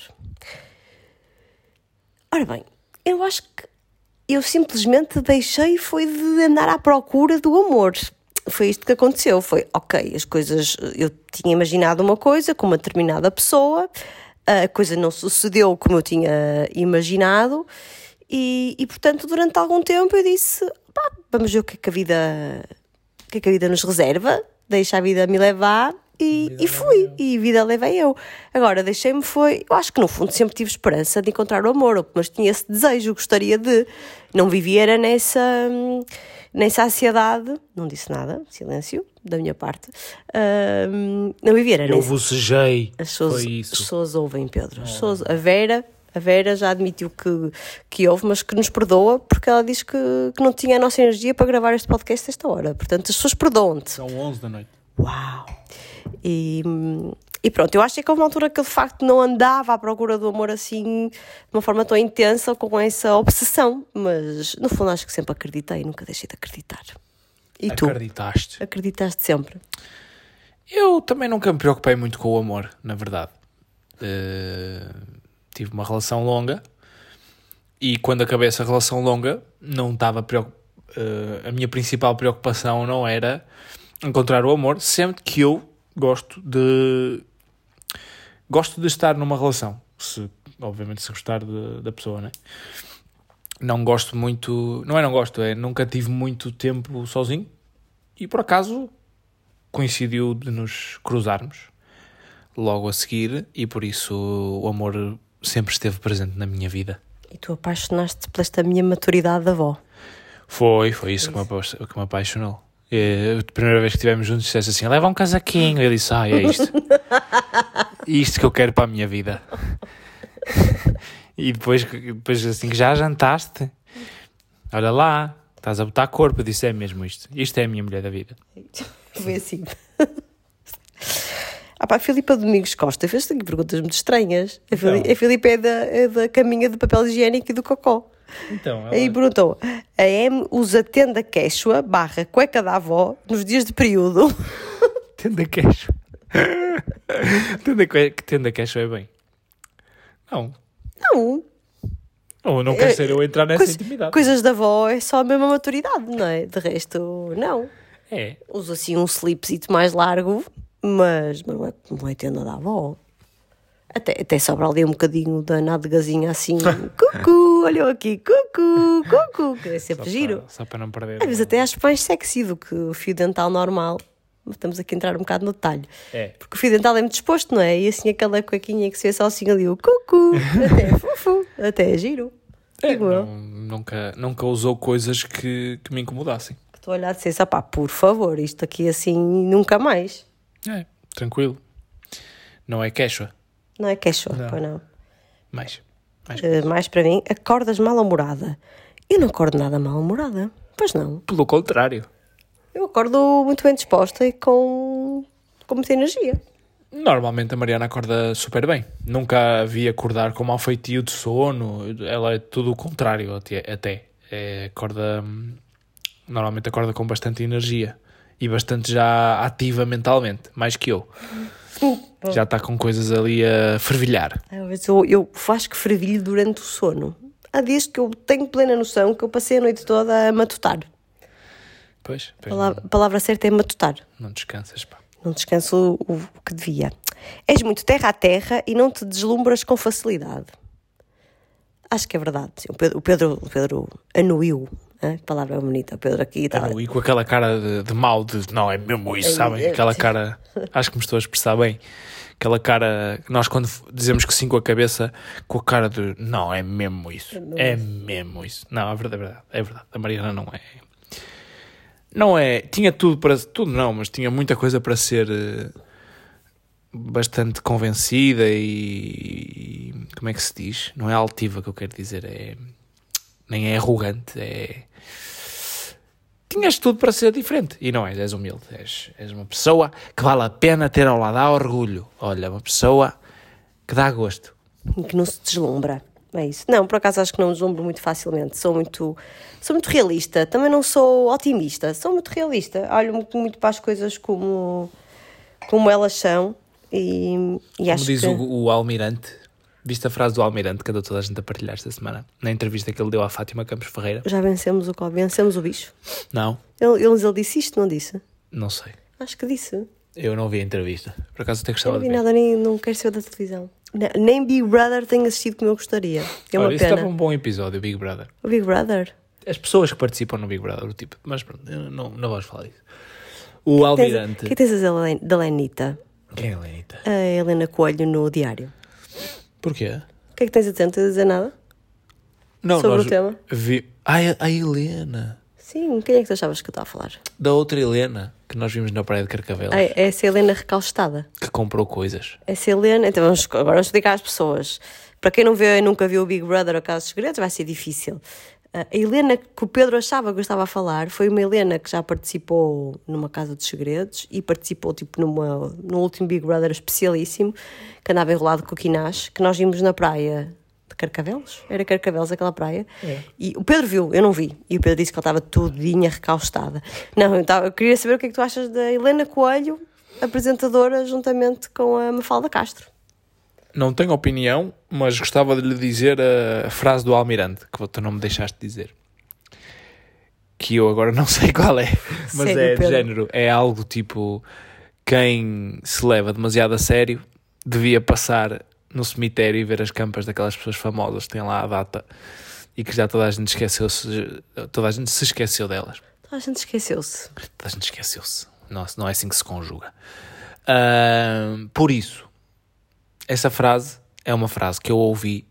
Ora bem, eu acho que eu simplesmente deixei foi de andar à procura do amor. foi isto que aconteceu. Foi, ok, as coisas... Eu tinha imaginado uma coisa com uma determinada pessoa, a coisa não sucedeu como eu tinha imaginado e, e portanto, durante algum tempo eu disse, pá, vamos ver o que é que a vida, o que é que a vida nos reserva, deixa a vida me levar e, e fui, e a vida levei eu. Agora, deixei-me foi, eu acho que no fundo sempre tive esperança de encontrar o amor, mas tinha esse desejo, gostaria de, não vivia era nessa, nessa ansiedade, não disse nada, silêncio, da minha parte, uh, não vivia era Eu nessa... vocejei, As pessoas, foi isso. as pessoas ouvem, Pedro. As pessoas, a Vera, a Vera já admitiu que, que ouve, mas que nos perdoa porque ela diz que, que não tinha a nossa energia para gravar este podcast a esta hora. Portanto, as pessoas perdoam-te. São onze da noite. Uau! E, e pronto, eu acho que houve uma altura que de facto não andava à procura do amor assim, de uma forma tão intensa, com essa obsessão. Mas no fundo acho que sempre acreditei, nunca deixei de acreditar. E tu? Acreditaste? Acreditaste sempre? Eu também nunca me preocupei muito com o amor, na verdade. Uh, tive uma relação longa e quando acabei essa relação longa não estava preocup... uh, a minha principal preocupação não era encontrar o amor, sempre que eu gosto de gosto de estar numa relação, se, obviamente se gostar de, da pessoa, né? Não gosto muito, não é não gosto, é nunca tive muito tempo sozinho e por acaso coincidiu de nos cruzarmos logo a seguir e por isso o amor sempre esteve presente na minha vida. E tu apaixonaste por esta minha maturidade de avó. Foi, foi isso, isso. Que, me, que me apaixonou. E, a primeira vez que estivemos juntos disseste assim, leva um casaquinho. Eu disse, ah, é isto. Isto que eu quero para a minha vida. E depois, depois assim que já jantaste, olha lá, estás a botar corpo. Eu disse, é mesmo isto. Isto é a minha mulher da vida. Foi assim. Ah pá, a Filipa Domingos Costa fez-te aqui perguntas muito estranhas. A, Fili- Então. a Filipa é da, é da caminha de papel higiênico e do cocó. Então, ela... Aí perguntou, a M usa tenda quechua barra cueca da avó nos dias de período. Tenda queixo. tenda, que... tenda queixo é bem. Não. Não. Não, não quero ser eu entrar nessa Coisa, intimidade. Coisas da avó é só a mesma maturidade, não é? De resto, não. É. Usa assim um slipzito mais largo, mas, mas não, é, não é tenda da avó. Até, até sobra ali um bocadinho da nádegazinha assim, cucu, olha eu aqui, cucu, cucu, que é sempre Só giro. Para, só para não perder. Às vezes até acho mais sexy do que o fio dental normal. Mas estamos aqui a entrar um bocado no detalhe. É. Porque o fio dental é muito disposto, não é? E assim aquela cuequinha que se vê só assim ali, o cucu, até é fofo, até é giro. É, Digo eu. não, nunca, nunca usou coisas que, que me incomodassem. Que estou a olhar e dizer, pá, por favor, isto aqui assim nunca mais. É, tranquilo. Não é queixo. Não é queixo, Não. pois não. Mais. Mais. Uh, mais para mim, acordas mal-humorada. Eu não acordo nada mal-humorada. Pois não. Pelo contrário. Eu acordo muito bem disposta e com, com muita energia. Normalmente a Mariana acorda super bem. Nunca a vi acordar com mau feitio de sono. Ela é tudo o contrário até. até. É, acorda... Normalmente acorda com bastante energia. E bastante já ativa mentalmente. Mais que eu. Já está com coisas ali a fervilhar. Eu, eu acho que fervilho durante o sono. Há dias que eu tenho plena noção que eu passei a noite toda a matutar. Pois, A pois palavra, não, a palavra certa é matutar. não descansas, pá. Não descanso o, o que devia. És muito terra a terra e não te deslumbras com facilidade. Acho que é verdade. O Pedro, o Pedro, o Pedro anuiu. Hein? Que palavra é bonita. O Pedro aqui está. E com aquela cara de, de mal, de não, é mesmo isso, É, sabem? é, Aquela sim. cara, acho que me estou a expressar bem. Aquela cara, nós quando dizemos que sim com a cabeça, com a cara de não, é mesmo isso. É mesmo isso. Não, é verdade, é verdade. É verdade. A Mariana não é. Não é. Tinha tudo para. Tudo não, mas tinha muita coisa para ser uh, bastante convencida e. Como é que se diz? Não é altiva que eu quero dizer, é. Nem é arrogante, é. Tinhas tudo para ser diferente. E não és, és humilde. És, és uma pessoa que vale a pena ter ao lado, dá orgulho. Olha, uma pessoa que dá gosto. E que não se deslumbra. É isso. Não, por acaso acho que não deslumbro muito facilmente. Sou muito, sou muito realista. Também não sou otimista. Sou muito realista. Olho muito, muito para as coisas como, como elas são. E, e Como acho diz que... o, o Almirante. Viste a frase do Almirante que andou toda a gente a partilhar esta semana? Na entrevista que ele deu à Fátima Campos Ferreira. Já vencemos o qual? Vencemos o bicho. Não. Ele, ele, ele disse isto, não disse? Não sei. Acho que disse. Eu não vi a entrevista. Por acaso até Eu gostava não vi de ver. nada, nem, não quero ser da televisão. Ne- Nem Big Brother tenho assistido como eu gostaria. É uma Olha, isso pena. estava um bom episódio, Big Brother. O Big Brother? As pessoas que participam no Big Brother, o tipo... Mas pronto, eu não, não vamos falar disso. O Tens, Almirante... o que é que tens a dizer da Len- da Lenita? Quem é a Lenita? A Helena Coelho no Diário. Porquê? O que é que tens a dizer? Não tens a dizer nada? Não, Sobre nós o tema? Vi... Ah, a a Helena. Sim, quem é que tu achavas que eu estava a falar? Da outra Helena, que nós vimos na praia de Carcavelos. Ah, é essa Helena recalcitada. Que comprou coisas. Essa Helena, então vamos, agora vamos explicar às pessoas. Para quem não vê, nunca viu o Big Brother ou Casos Segredos, vai ser difícil. A Helena que o Pedro achava que eu estava a falar foi uma Helena que já participou numa Casa dos Segredos e participou tipo numa, no último Big Brother especialíssimo, que andava enrolado com o Quinás, que nós vimos na praia de Carcavelos. Era Carcavelos aquela praia. É. E o Pedro viu, eu não vi. E o Pedro disse que ela estava tudinha recaustada. Não, eu, tava, eu queria saber o que é que tu achas da Helena Coelho, apresentadora juntamente com a Mafalda Castro. Não tenho opinião, mas gostava de lhe dizer a frase do Almirante, que tu não me deixaste dizer. Que eu agora não sei qual é, mas Sério, é de Pedro? género. É algo tipo, quem se leva demasiado a sério devia passar no cemitério e ver as campas daquelas pessoas famosas que têm lá a data e que já toda a gente esqueceu-se, toda a gente se esqueceu delas. Toda a gente esqueceu-se. Toda a gente esqueceu-se. Não, não é assim que se conjuga. Ah, por isso, essa frase é uma frase que eu ouvi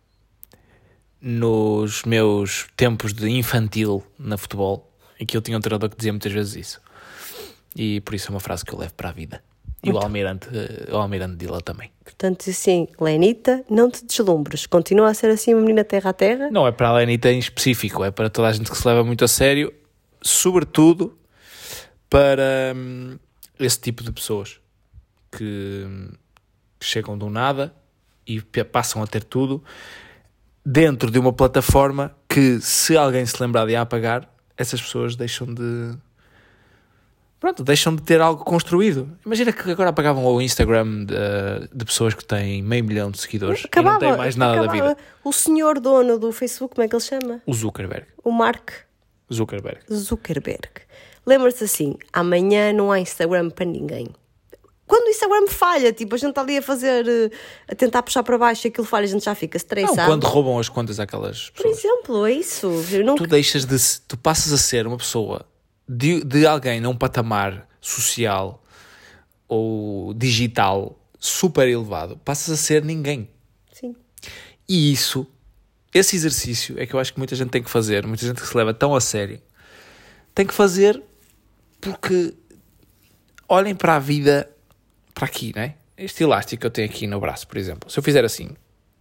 nos meus tempos de infantil na futebol e que eu tinha um treinador que dizia muitas vezes isso. E por isso é uma frase que eu levo para a vida. E o Almirante, o Almirante Dila também. Portanto, assim, Lenita, não te deslumbres. Continua a ser assim uma menina terra a terra. Não é para a Lenita em específico, é para toda a gente que se leva muito a sério, sobretudo para hum, esse tipo de pessoas que, hum, que chegam do nada e p- passam a ter tudo dentro de uma plataforma que, se alguém se lembrar de a apagar, essas pessoas deixam de... Pronto, deixam de ter algo construído. Imagina que agora apagavam o Instagram de, de pessoas que têm meio milhão de seguidores e não têm mais nada da vida. O senhor dono do Facebook, como é que ele chama? O Zuckerberg. O Mark Zuckerberg. Zuckerberg. Lembra-se assim, amanhã não há Instagram para ninguém. Quando o Instagram falha, tipo, a gente está ali a fazer, eh, a tentar puxar para baixo e aquilo falha, a gente já fica Não, estressado. quando roubam as contas àquelas Por pessoas. exemplo, é isso. Eu não... Tu deixas de... se- Tu passas a ser uma pessoa de, de alguém num patamar social ou digital super elevado. Passas a ser ninguém. Sim. E isso, esse exercício é que eu acho que muita gente tem que fazer, muita gente que se leva tão a sério, tem que fazer porque olhem para a vida, para aqui, não é? Este elástico que eu tenho aqui no braço, por exemplo, se eu fizer assim,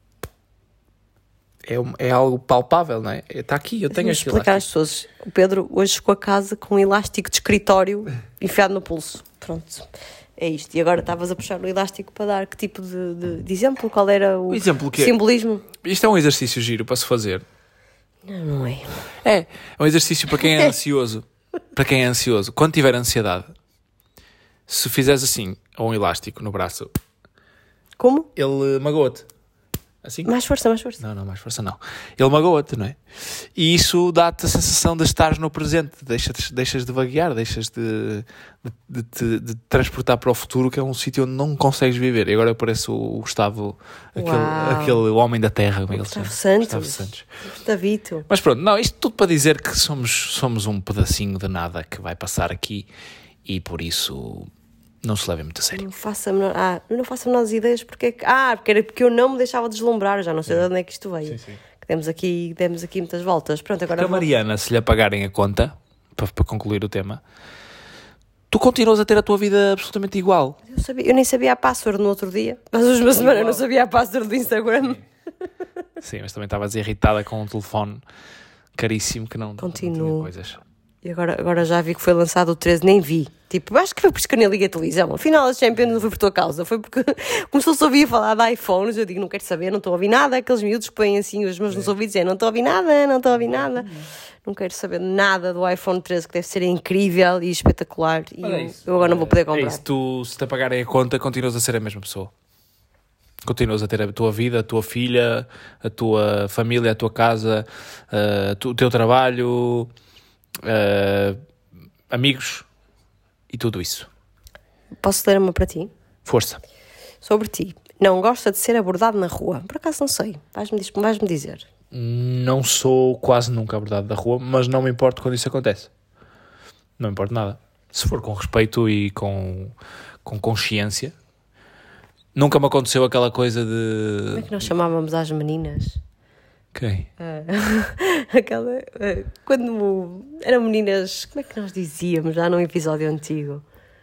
é, um- é algo palpável, não é? Está aqui, eu tenho Vamos este explicar às elástico. pessoas. O Pedro hoje chegou a casa com um elástico de escritório enfiado no pulso. Pronto. É isto. E agora estavas a puxar o elástico para dar que tipo de, de, de exemplo? Qual era o, O exemplo que é- simbolismo? Isto é um exercício giro para se fazer. Não, não é. É, é um exercício para quem é ansioso. Para quem é ansioso. Quando tiver ansiedade, se fizeres assim, ou um elástico no braço, Como? ele magoa-te. Assim? Mais força, mais força. Não, não, mais força não. Ele magoa-te, não é? E isso dá-te a sensação de estares no presente. Deixas, deixas de vaguear, deixas de, de, de, te- de te transportar para o futuro, que é um sítio onde não consegues viver. E agora parece o, o Gustavo, aquele, Uau. aquele homem da terra. Como é que ele se Gustavo chama? Santos. Gustavo Santos. Gustavito. Mas pronto, não, isto tudo para dizer que somos, somos um pedacinho de nada que vai passar aqui e por isso não se levem muito a sério. Não faço a menor... Ah, eu não faço a menor ideias porque é que... Ah, porque era porque eu não me deixava deslumbrar. Já não sei de onde é que isto veio. Sim, sim. Que demos aqui, demos aqui muitas voltas. Pronto, agora Porque a vou... Mariana, se lhe apagarem a conta, para, para concluir o tema, tu continuas a ter a tua vida absolutamente igual. Eu, sabia, eu nem sabia a password no outro dia. Mas hoje uma semana eu não sabia a password do Instagram. Sim, mas também estavas irritada com um telefone caríssimo que não, Continuo. não tinha coisas. E agora, agora já vi que foi lançado o treze, nem vi. Tipo, acho que foi por isso que eu nem liguei a televisão. Afinal, a Champions não foi por tua causa. Foi porque começou-se a ouvir falar de iPhones. Eu digo, não quero saber, não estou a ouvir nada. Aqueles miúdos que põem assim os meus nos ouvidos e dizem, não estou a ouvir nada, não estou a ouvir nada. Não quero saber nada do iPhone treze, que deve ser incrível e espetacular. E Olha eu, isso. eu agora não vou poder É comprar. isso, tu, se te apagarem a conta, continuas a ser a mesma pessoa. Continuas a ter a tua vida, a tua filha, a tua família, a tua casa, uh, tu- o teu trabalho, uh, amigos, e tudo isso. Posso ler uma para ti? Força. Sobre ti. Não gosta de ser abordado na rua? Por acaso não sei. Vais-me diz- vais-me dizer. Não sou quase nunca abordado da rua, mas não me importo quando isso acontece. Não me importa nada. Se for com respeito e com, com consciência. Nunca me aconteceu aquela coisa de... Como é que nós chamávamos às meninas? Quem? Ah, aquela... ah, quando eram meninas... Como é que nós dizíamos já num episódio antigo?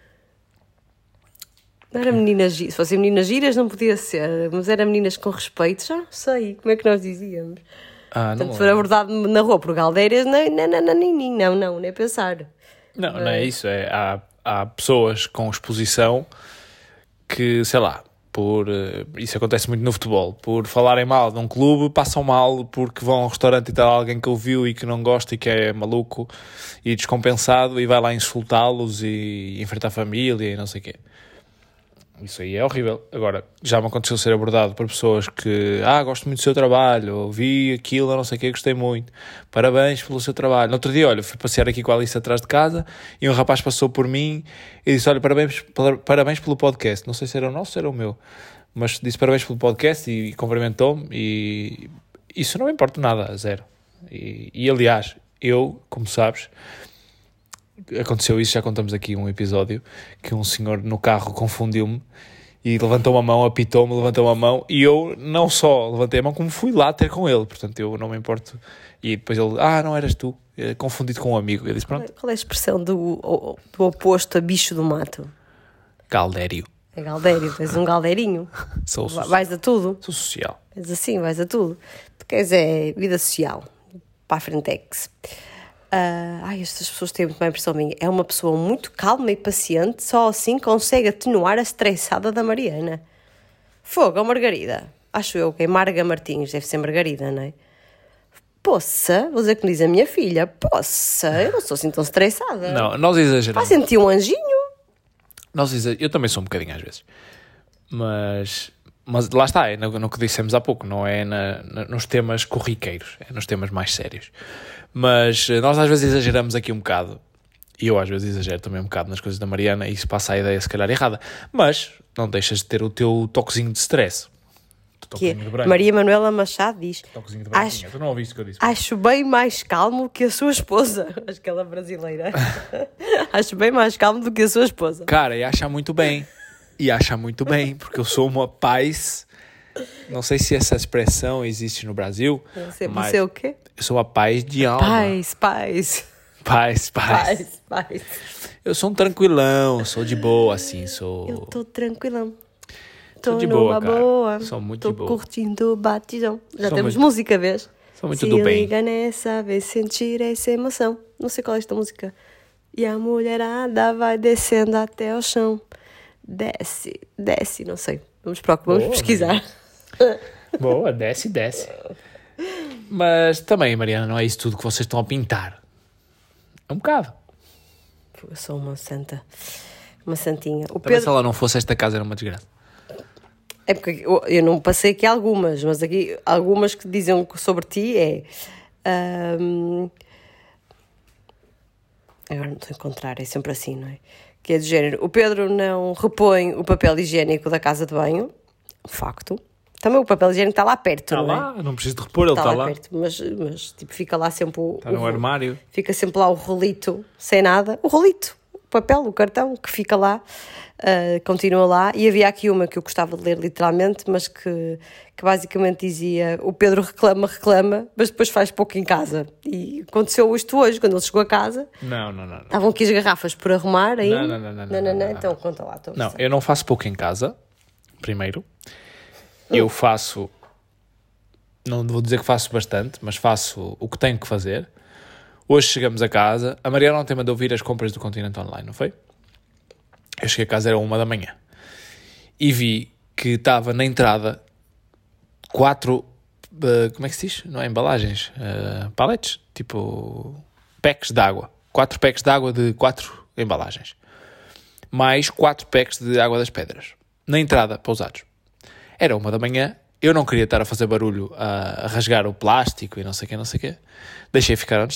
Não era meninas giras. Se fossem meninas giras não podia ser, mas era meninas com respeito. Já não sei como é que nós dizíamos. Ah, não Portanto, se for abordado na rua por galdeiras, não, não, não, não, não, não, não, nem pensar. Não, não é isso. É, há, há pessoas com exposição que, sei lá, por, isso acontece muito no futebol, por falarem mal de um clube, passam mal porque vão a um restaurante e tal, alguém que ouviu e que não gosta e que é maluco e descompensado e vai lá insultá-los e enfrentar a família e não sei o quê. Isso aí é horrível. Agora, já me aconteceu ser abordado por pessoas que, ah, gosto muito do seu trabalho, ou vi aquilo, não sei o que, gostei muito, parabéns pelo seu trabalho. No outro dia, olha, fui passear aqui com a Alice atrás de casa e um rapaz passou por mim e disse, olha, parabéns, parabéns pelo podcast. Não sei se era o nosso ou era o meu, mas disse parabéns pelo podcast e, e cumprimentou-me e isso não me importa nada, a zero. E, e aliás, eu, como sabes... Aconteceu isso, já contamos aqui um episódio que um senhor no carro confundiu-me e levantou a mão, apitou-me, levantou a mão e eu não só levantei a mão como fui lá ter com ele, portanto eu não me importo. E depois ele, ah, não eras tu, confundido com um amigo. Eu disse, pronto. Qual é a expressão do, do oposto a bicho do mato? Galdério. É galdério, és um galdeirinho. Sou social. Vais a tudo. Sou social. És assim, vais a tudo. Tu queres é vida social. Para a frentex. Uh, ai, estas pessoas têm muito má impressão minha. É uma pessoa muito calma e paciente, só assim consegue atenuar a estressada da Mariana. Fogo, Margarida. Acho eu que é Marga Martins, deve ser Margarida, não é? Poça, vou dizer como diz a minha filha. Poça, eu não sou assim tão estressada. Não, nós exageramos. Vai sentir um anjinho. Nós exa... Eu também sou um bocadinho às vezes. Mas, mas lá está, é no, no que dissemos há pouco, não é na, na, nos temas corriqueiros, é nos temas mais sérios. Mas nós às vezes exageramos aqui um bocado, e eu às vezes exagero também um bocado nas coisas da Mariana, e isso passa a ideia se calhar errada, mas não deixas de ter o teu toquezinho de stress. Que é, Maria Manuela Machado diz, toquezinho de acho, tu não ouviste o que eu disse? Acho bem mais calmo que a sua esposa. Acho que ela é brasileira. Acho bem mais calmo do que a sua esposa. Cara, e acha muito bem, e acha muito bem, porque eu sou uma paz... Não sei se essa expressão existe no Brasil. Você, mas você é o quê? Eu sou uma paz de alma. Paz, paz. Paz, paz. Paz, paz. Eu sou um tranquilão, sou de boa, assim, sou... Eu tô tranquilão. Tô Sou de numa boa, cara. boa. Sou muito tô de boa. curtindo o batidão. Já Sou temos muito- música, vês? Sou muito Se do bem. liga nessa, vem sentir essa emoção. Não sei qual é esta música. E a mulherada vai descendo até o chão. Desce, desce, não sei. Vamos para vamos Boa, pesquisar. Boa, desce, desce. Mas também, Mariana, não é isso tudo que vocês estão a pintar. É um bocado. Eu sou uma santa. Uma santinha. O Também se Pedro... ela não fosse, esta casa era uma desgraça. É porque eu, eu não passei aqui algumas, mas aqui algumas que dizem sobre ti é... ahm, agora não estou a encontrar, é sempre assim, não é? Que é do género, o Pedro não repõe o papel higiênico da casa de banho, facto. Também o papel higiênico está lá perto, Está não é? lá, não preciso de repor, ele Está está lá, lá. perto, mas, mas tipo, fica lá sempre o... Está no o- armário. Fica sempre lá o rolito, sem nada. O rolito, o papel, o cartão, que fica lá, uh, continua lá. E havia aqui uma que eu gostava de ler literalmente, mas que, que basicamente dizia: o Pedro reclama, reclama, mas depois faz pouco em casa. E aconteceu isto hoje, quando ele chegou a casa. Não, não, não. não. Estavam aqui as garrafas por arrumar ainda. Não, não, não, não, não, não, não. Então conta lá. Estou a Não, pensar. eu não faço pouco em casa, primeiro. Eu faço... Não vou dizer que faço bastante, mas faço o que tenho que fazer. Hoje chegamos a casa. A Mariana ontem mandou vir as compras do Continente Online, não foi? Eu cheguei a casa, era uma da manhã. E vi que estava na entrada quatro... uh, como é que se diz? Não é embalagens? Uh, paletes? Tipo... packs de água. Quatro packs de água de quatro embalagens. Mais quatro packs de água das pedras. Na entrada, pousados. Era uma da manhã. Eu não queria estar a fazer barulho, a, a rasgar o plástico e não sei o quê, não sei o quê. Deixei ficar onde estava.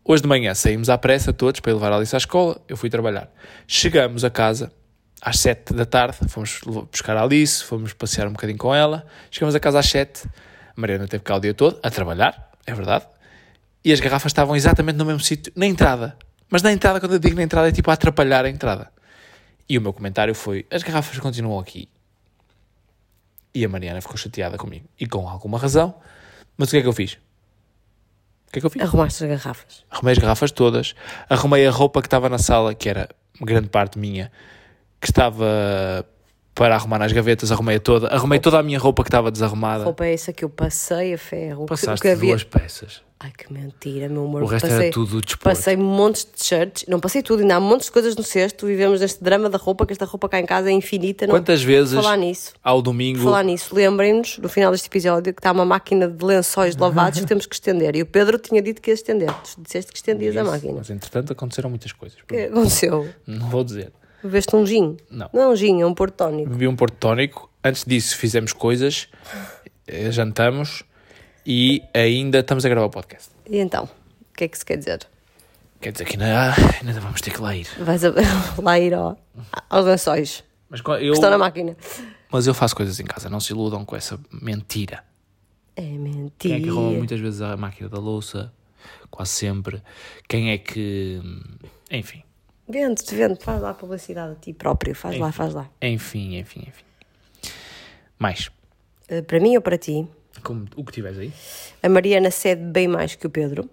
Hoje de manhã saímos à pressa todos para ir levar a Alice à escola, eu fui trabalhar. Chegamos a casa às sete da tarde, fomos buscar a Alice, fomos passear um bocadinho com ela, chegamos a casa às sete, a Mariana teve cá o dia todo a trabalhar, é verdade, e as garrafas estavam exatamente no mesmo sítio, na entrada. Mas na entrada, quando eu digo na entrada, é tipo a atrapalhar a entrada. E o meu comentário foi, as garrafas continuam aqui. E a Mariana ficou chateada comigo, e com alguma razão, mas o que é que eu fiz? O que é que eu fiz? Arrumaste as garrafas. Arrumei as garrafas todas, arrumei a roupa que estava na sala, que era grande parte minha, que estava para arrumar nas gavetas, arrumei-a toda, arrumei toda a minha roupa que estava desarrumada. A roupa é essa que eu passei a ferro. Passaste que, que havia... duas peças. Ai, que mentira, meu amor. O resto passei, era tudo desporto. Passei montes de shirts, não passei tudo, ainda há montes de coisas no cesto, vivemos neste drama da roupa, que esta roupa cá em casa é infinita. Não... Quantas vezes, falar nisso, ao domingo... falar nisso, lembrem-nos, no final deste episódio, que está uma máquina de lençóis lavados que temos que estender, e o Pedro tinha dito que ia estender, tu disseste que estendias a máquina. Mas entretanto aconteceram muitas coisas. O que aconteceu? Não vou dizer. Bebeste um gin? Não. Não é um gin, é um porto tónico. Bebi um porto tónico, antes disso fizemos coisas, jantamos e ainda estamos a gravar o podcast. E então, o que é que se quer dizer? Quer dizer que ainda, ainda vamos ter que lá ir. Vais a, lá ir ao, aos lençóis, Mas eu, que estão na máquina. Mas eu faço coisas em casa, não se iludam com essa mentira. É mentira. Quem é que rouba muitas vezes a máquina da louça? Quase sempre. Quem é que... Enfim. Vende-te, vende, faz lá a publicidade a ti próprio, faz enfim, lá, faz lá. Enfim, enfim, enfim. Mais. Uh, para mim ou para ti? Como, o que tiveres aí? A Mariana cede bem mais que o Pedro.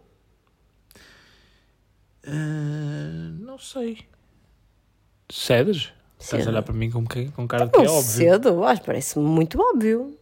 Uh, não sei. Cedes? Estás a olhar para mim com, com cara de Não que é óbvio. cedo, acho, parece muito óbvio.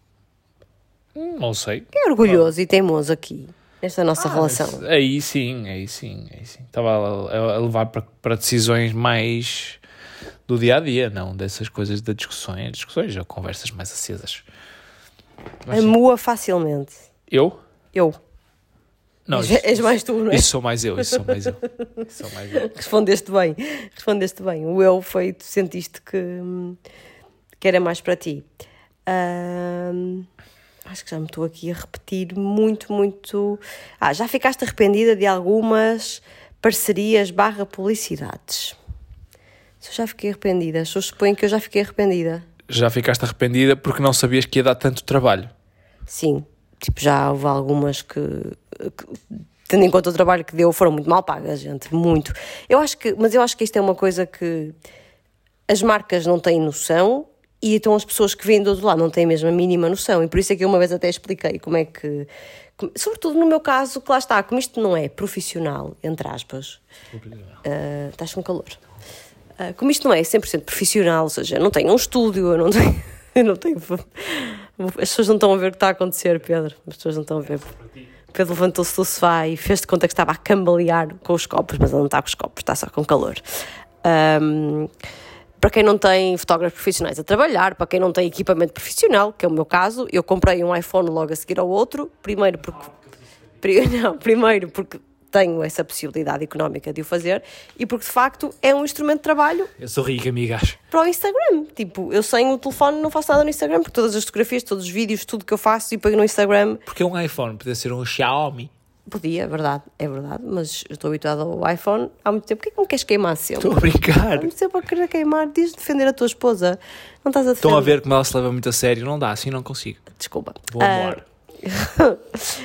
Hum, não sei. É orgulhoso e teimoso aqui, nesta nossa Ah, relação. Aí sim, aí sim, aí sim. Estava a, a levar para, para decisões mais do dia a dia, não dessas coisas de discussões, discussões ou conversas mais acesas. Mas, sim. Amua facilmente. Eu? Eu. Não, És, isso, és mais tu, não é? Isso sou mais eu, isso sou mais eu. Isso sou mais eu. Respondeste bem, respondeste bem. O eu foi, tu sentiste que, que era mais para ti. Ahm, acho que já me estou aqui a repetir muito, muito... Ah, já ficaste arrependida de algumas parcerias barra publicidades? Se eu já fiquei arrependida, as pessoas supõem que eu já fiquei arrependida. Já ficaste arrependida porque não sabias que ia dar tanto trabalho? Sim, tipo, já houve algumas que, que, tendo em conta o trabalho que deu, foram muito mal pagas, gente, muito. Eu acho que, mas eu acho que isto é uma coisa que as marcas não têm noção e então as pessoas que vêm do outro lado não têm mesmo a mínima noção, e por isso é que eu uma vez até expliquei como é que, como, sobretudo no meu caso, que lá está, como isto não é profissional, entre aspas, uh, estás com calor, uh, como isto não é cem por cento profissional, ou seja, eu não tenho um estúdio, eu não tenho, eu não tenho, as pessoas não estão a ver o que está a acontecer, Pedro, as pessoas não estão a ver. Pedro levantou-se do sofá e fez de conta que estava a cambalear com os copos, mas ele não está com os copos, está só com calor. Um, para quem não tem fotógrafos profissionais a trabalhar, para quem não tem equipamento profissional, que é o meu caso, eu comprei um iPhone logo a seguir ao outro, primeiro porque, não, primeiro porque tenho essa possibilidade económica de o fazer e porque de facto é um instrumento de trabalho. Eu sou rica, amigas. Para o Instagram, tipo, eu sem o telefone não faço nada no Instagram, porque todas as fotografias, todos os vídeos, tudo que eu faço e ponho no Instagram. Porque um iPhone podia ser um Xiaomi. Podia, é verdade, é verdade, mas eu estou habituada ao iPhone há muito tempo. Porquê que não queres queimar sempre? Estou a brincar. Há muito tempo a querer queimar, diz de defender a tua esposa. Não estás a defender. Estão a ver como ela se leva muito a sério. Não dá, assim não consigo. Desculpa. Vou embora. Uh,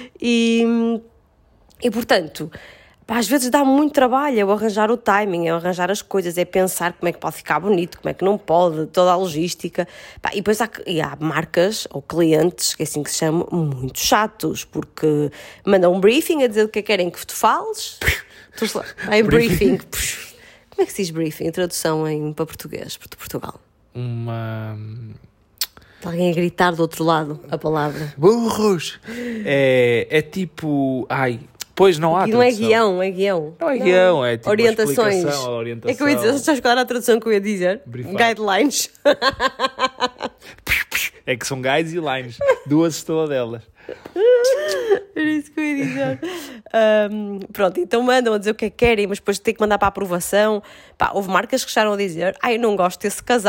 e, e, portanto, pá, às vezes dá muito trabalho eu arranjar o timing, eu arranjar as coisas, é pensar como é que pode ficar bonito, como é que não pode, toda a logística. Pá, e depois há, e há marcas ou clientes, que é assim que se chama, muito chatos, porque mandam um briefing a dizer o que é que querem que tu fales. Tu, aí, briefing. Como é que se diz briefing? Tradução em, para português, para Portugal. Uma... Está alguém a gritar do outro lado a palavra. Burros! É, é tipo... Ai... Pois não há e não é tradução. guião, é guião. Não é guião, é tipo orientações. A orientação. É que eu ia dizer, sabes qual era a tradução que eu ia dizer? Briefing. Guidelines. É que são guides e lines. Duas estou a delas. Era isso que eu ia dizer. Um, pronto, então mandam a dizer o que é que querem, mas depois tem que mandar para a aprovação. Pá, houve marcas que chegaram a dizer, ah, eu não gosto desse casaco.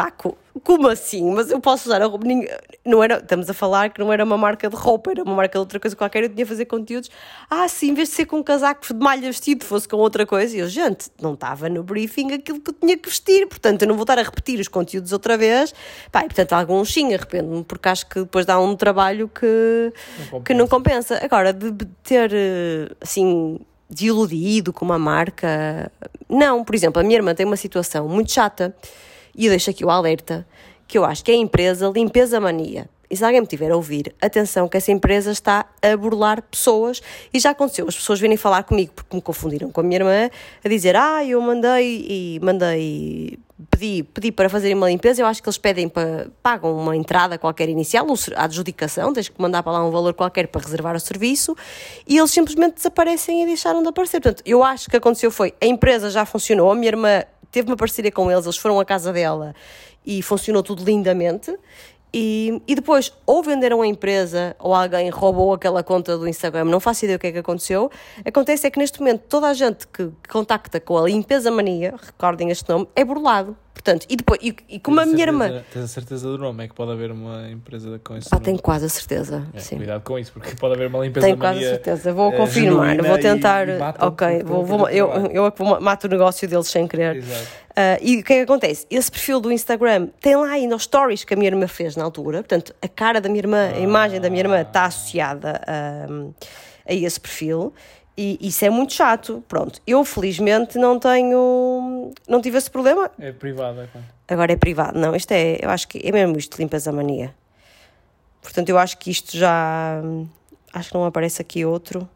Como assim? Mas eu posso usar a roupa. Não era, estamos a falar que não era uma marca de roupa, era uma marca de outra coisa qualquer. Eu tinha a fazer conteúdos. Ah, sim, em vez de ser com um casaco de malha vestido, fosse com outra coisa. E eu, gente, não estava no briefing aquilo que eu tinha que vestir. Portanto, eu não vou estar a repetir os conteúdos outra vez. Pá, e portanto, alguns sim, arrependo-me, porque acho que depois dá um trabalho que não, que não compensa. Agora, de ter, assim, desiludido com uma marca. Não, por exemplo, a minha irmã tem uma situação muito chata. E eu deixo aqui o alerta, que eu acho que é a empresa Limpeza Mania. E se alguém me tiver a ouvir, atenção que essa empresa está a burlar pessoas. E já aconteceu, as pessoas virem falar comigo porque me confundiram com a minha irmã, a dizer, ah, eu mandei e mandei, pedi, pedi para fazerem uma limpeza, eu acho que eles pedem para, pagam uma entrada qualquer inicial, a adjudicação, tens que mandar para lá um valor qualquer para reservar o serviço, e eles simplesmente desaparecem e deixaram de aparecer. Portanto, eu acho que o que aconteceu foi, a empresa já funcionou, a minha irmã teve uma parceria com eles, eles foram à casa dela e funcionou tudo lindamente. E, e depois, ou venderam a empresa, ou alguém roubou aquela conta do Instagram, não faço ideia o que é que aconteceu. Acontece é que neste momento toda a gente que contacta com a Limpeza Mania, recordem este nome, é burlado. Portanto, e depois, e, e como a minha certeza, irmã... Tens a certeza do nome? É que pode haver uma empresa com esse Ah, nome? tenho quase a certeza, é, sim. Cuidado com isso, porque pode haver uma limpeza Tenho mania. quase a certeza, vou uh, confirmar, vou tentar... E, e ok, vou, vou, eu, eu é que vou mato o negócio deles sem querer. Exato. Uh, e o que é que acontece? Esse perfil do Instagram tem lá ainda os stories que a minha irmã fez na altura, portanto, a cara da minha irmã, a imagem da minha irmã está associada a, a esse perfil. E isso é muito chato, pronto. Eu, felizmente, não tenho... Não tive esse problema. É privado, é quanto? Agora é privado. Não, isto é... Eu acho que é mesmo isto, Limpeza Mania. Portanto, eu acho que isto já... Acho que não aparece aqui outro.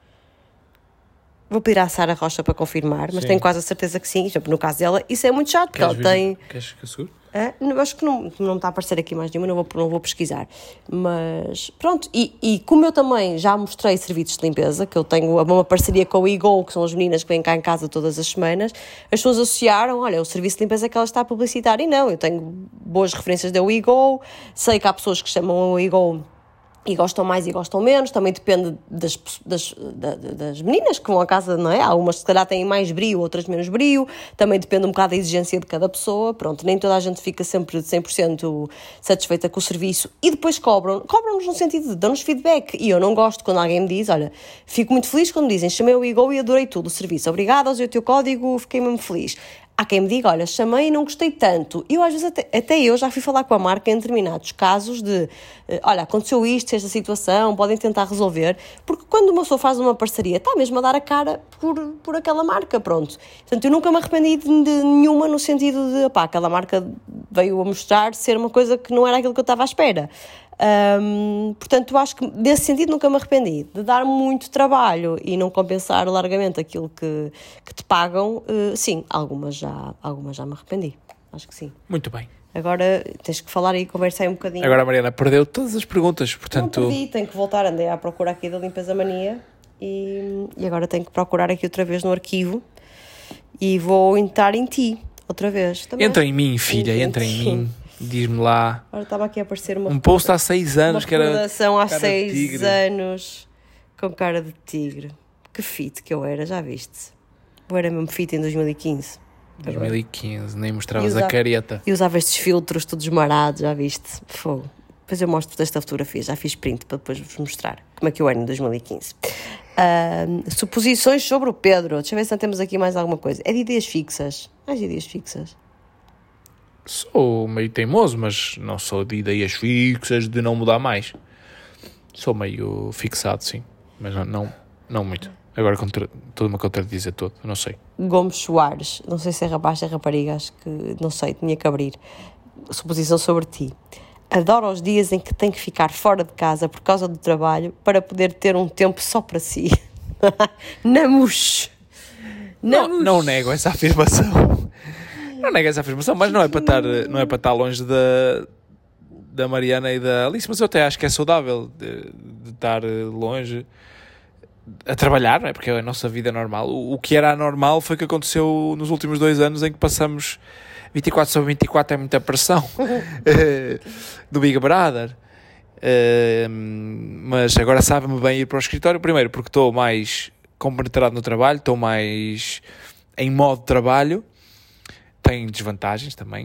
Vou pedir à Sara Rocha para confirmar, mas sim, tenho quase a certeza que sim. No caso dela, isso é muito chato, porque ela tem... Queres que assure? É, acho que não, não está a aparecer aqui mais nenhuma, não vou, não vou pesquisar. Mas pronto, e, e como eu também já mostrei serviços de limpeza, que eu tenho uma parceria com o Ego, que são as meninas que vêm cá em casa todas as semanas, as pessoas associaram, olha, o serviço de limpeza que ela está a publicitar. E não, eu tenho boas referências da Ego, sei que há pessoas que chamam o Ego e gostam mais e gostam menos, também depende das, das, das, das meninas que vão à casa, não é? Há umas que se calhar têm mais brio, outras menos brio, também depende um bocado da exigência de cada pessoa, pronto, nem toda a gente fica sempre de cem por cento satisfeita com o serviço e depois cobram, cobram-nos no sentido de dão-nos feedback, e eu não gosto quando alguém me diz, olha, fico muito feliz quando me dizem, chamei o Ego e adorei tudo o serviço, obrigada, usei o teu código, fiquei mesmo feliz. Há quem me diga, olha, chamei e não gostei tanto. Eu, às vezes, até, até eu já fui falar com a marca em determinados casos de, olha, aconteceu isto, esta situação, podem tentar resolver. Porque quando uma pessoa faz uma parceria, está mesmo a dar a cara por, por aquela marca, pronto. Portanto, eu nunca me arrependi de, de nenhuma no sentido de, pá, aquela marca veio a mostrar ser uma coisa que não era aquilo que eu estava à espera. Um, portanto, eu acho que nesse sentido nunca me arrependi de dar muito trabalho e não compensar largamente aquilo que, que te pagam. Uh, sim, algumas já, algumas já me arrependi, acho que sim. Muito bem. Agora tens que falar aí, conversa aí um bocadinho. Agora a Mariana perdeu todas as perguntas, portanto... Não perdi, tenho que voltar, andei à procura aqui da Limpeza Mania e, e agora tenho que procurar aqui outra vez no arquivo e vou entrar em ti outra vez também. Entra em mim, filha, entra em mim. Diz-me lá. Agora estava aqui a aparecer uma... Um post há seis anos que era... Uma recordação há seis anos com cara de tigre. Que fit que eu era, já viste? Eu era mesmo fit em dois mil e quinze. dois mil e quinze, nem mostravas usava, a careta. E usava estes filtros todos marados, já viste? Fogo. Depois eu mostro desta fotografia, já fiz print para depois vos mostrar como é que eu era em dois mil e quinze. Uh, suposições sobre o Pedro. Deixa eu ver se não temos aqui mais alguma coisa. É de ideias fixas. Mais ideias fixas. Sou meio teimoso, mas não sou de ideias fixas, de não mudar mais. Sou meio fixado, sim. Mas não, não, não muito. Agora estou-me a contradizer todo, não sei. Gomes Soares, não sei se é rapaz ou é rapariga, acho que, não sei, tinha que abrir. Suposição sobre ti. Adoro os dias em que tem que ficar fora de casa por causa do trabalho para poder ter um tempo só para si. Namus! Não, não nego essa afirmação. Não nego essa afirmação, mas não é para estar, não é para estar longe da, da Mariana e da Alice, mas eu até acho que é saudável de, de estar longe a trabalhar, não é? Porque é a nossa vida normal. O, o que era anormal foi o que aconteceu nos últimos dois anos em que passamos vinte e quatro sobre vinte e quatro, é muita pressão do Big Brother. Uh, mas agora sabe-me bem ir para o escritório, primeiro porque estou mais compenetrado no trabalho, estou mais em modo de trabalho. Tem desvantagens também,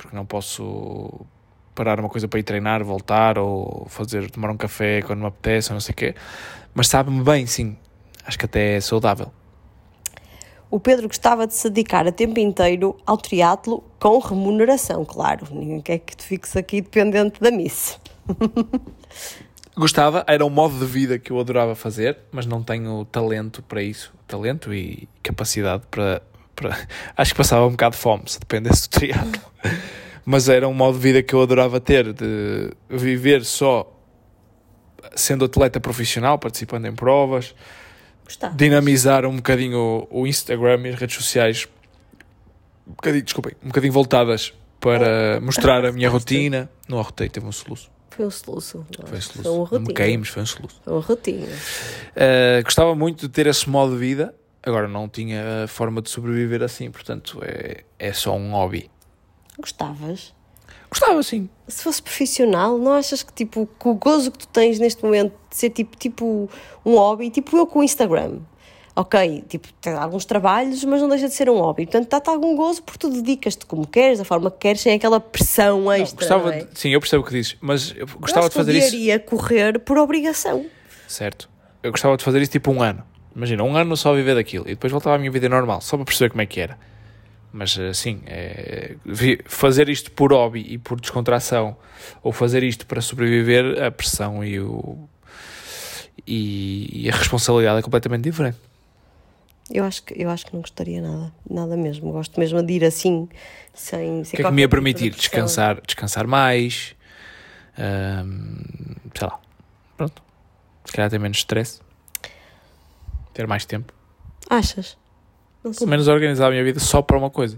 porque não posso parar uma coisa para ir treinar, voltar, ou fazer, tomar um café quando me apetece, ou não sei o quê. Mas sabe-me bem, sim. Acho que até é saudável. O Pedro gostava de se dedicar a tempo inteiro ao triatlo com remuneração, claro. Ninguém quer que tu fiques aqui dependente da Miss. Gostava, era um modo de vida que eu adorava fazer, mas não tenho talento para isso. Talento e capacidade para... para... Acho que passava um bocado de fome, se dependesse do triatlo. Mas era um modo de vida que eu adorava ter, de viver só sendo atleta profissional, participando em provas... Gostava. Dinamizar um bocadinho o Instagram e as redes sociais, um bocadinho, desculpem, um bocadinho voltadas para oh. mostrar a minha rotina. Não arrotei, teve um soluço. Foi um soluço. Foi um soluço. Não me caímos, foi um soluço. Foi uma rotina. Uh, gostava muito de ter esse modo de vida, agora não tinha forma de sobreviver assim, portanto é, é só um hobby. Gostavas? Gostava, sim. Se fosse profissional, não achas que, tipo, que o gozo que tu tens neste momento de ser tipo, tipo um hobby, tipo eu com o Instagram, ok, tipo, tens alguns trabalhos, mas não deixa de ser um hobby, portanto dá-te algum gozo porque tu dedicas-te como queres, da forma que queres, sem aquela pressão extra. Não, gostava, não é? de, sim, eu percebo o que dizes, mas eu gostava eu de fazer isso. Eu iria correr por obrigação. Certo. Eu gostava de fazer isso tipo um ano. Imagina, um ano só viver daquilo e depois voltava à minha vida normal, só para perceber como é que era. Mas, sim, é, fazer isto por hobby e por descontração, ou fazer isto para sobreviver, a pressão e, o, e, e a responsabilidade é completamente diferente. Eu acho que, eu acho que não gostaria nada, nada mesmo. Gosto mesmo de ir assim, sem... O que é que me ia permitir? Descansar, descansar mais, hum, sei lá, pronto. Se calhar ter menos stress, ter mais tempo. Achas? Não sei. Pelo menos organizar a minha vida só para uma coisa.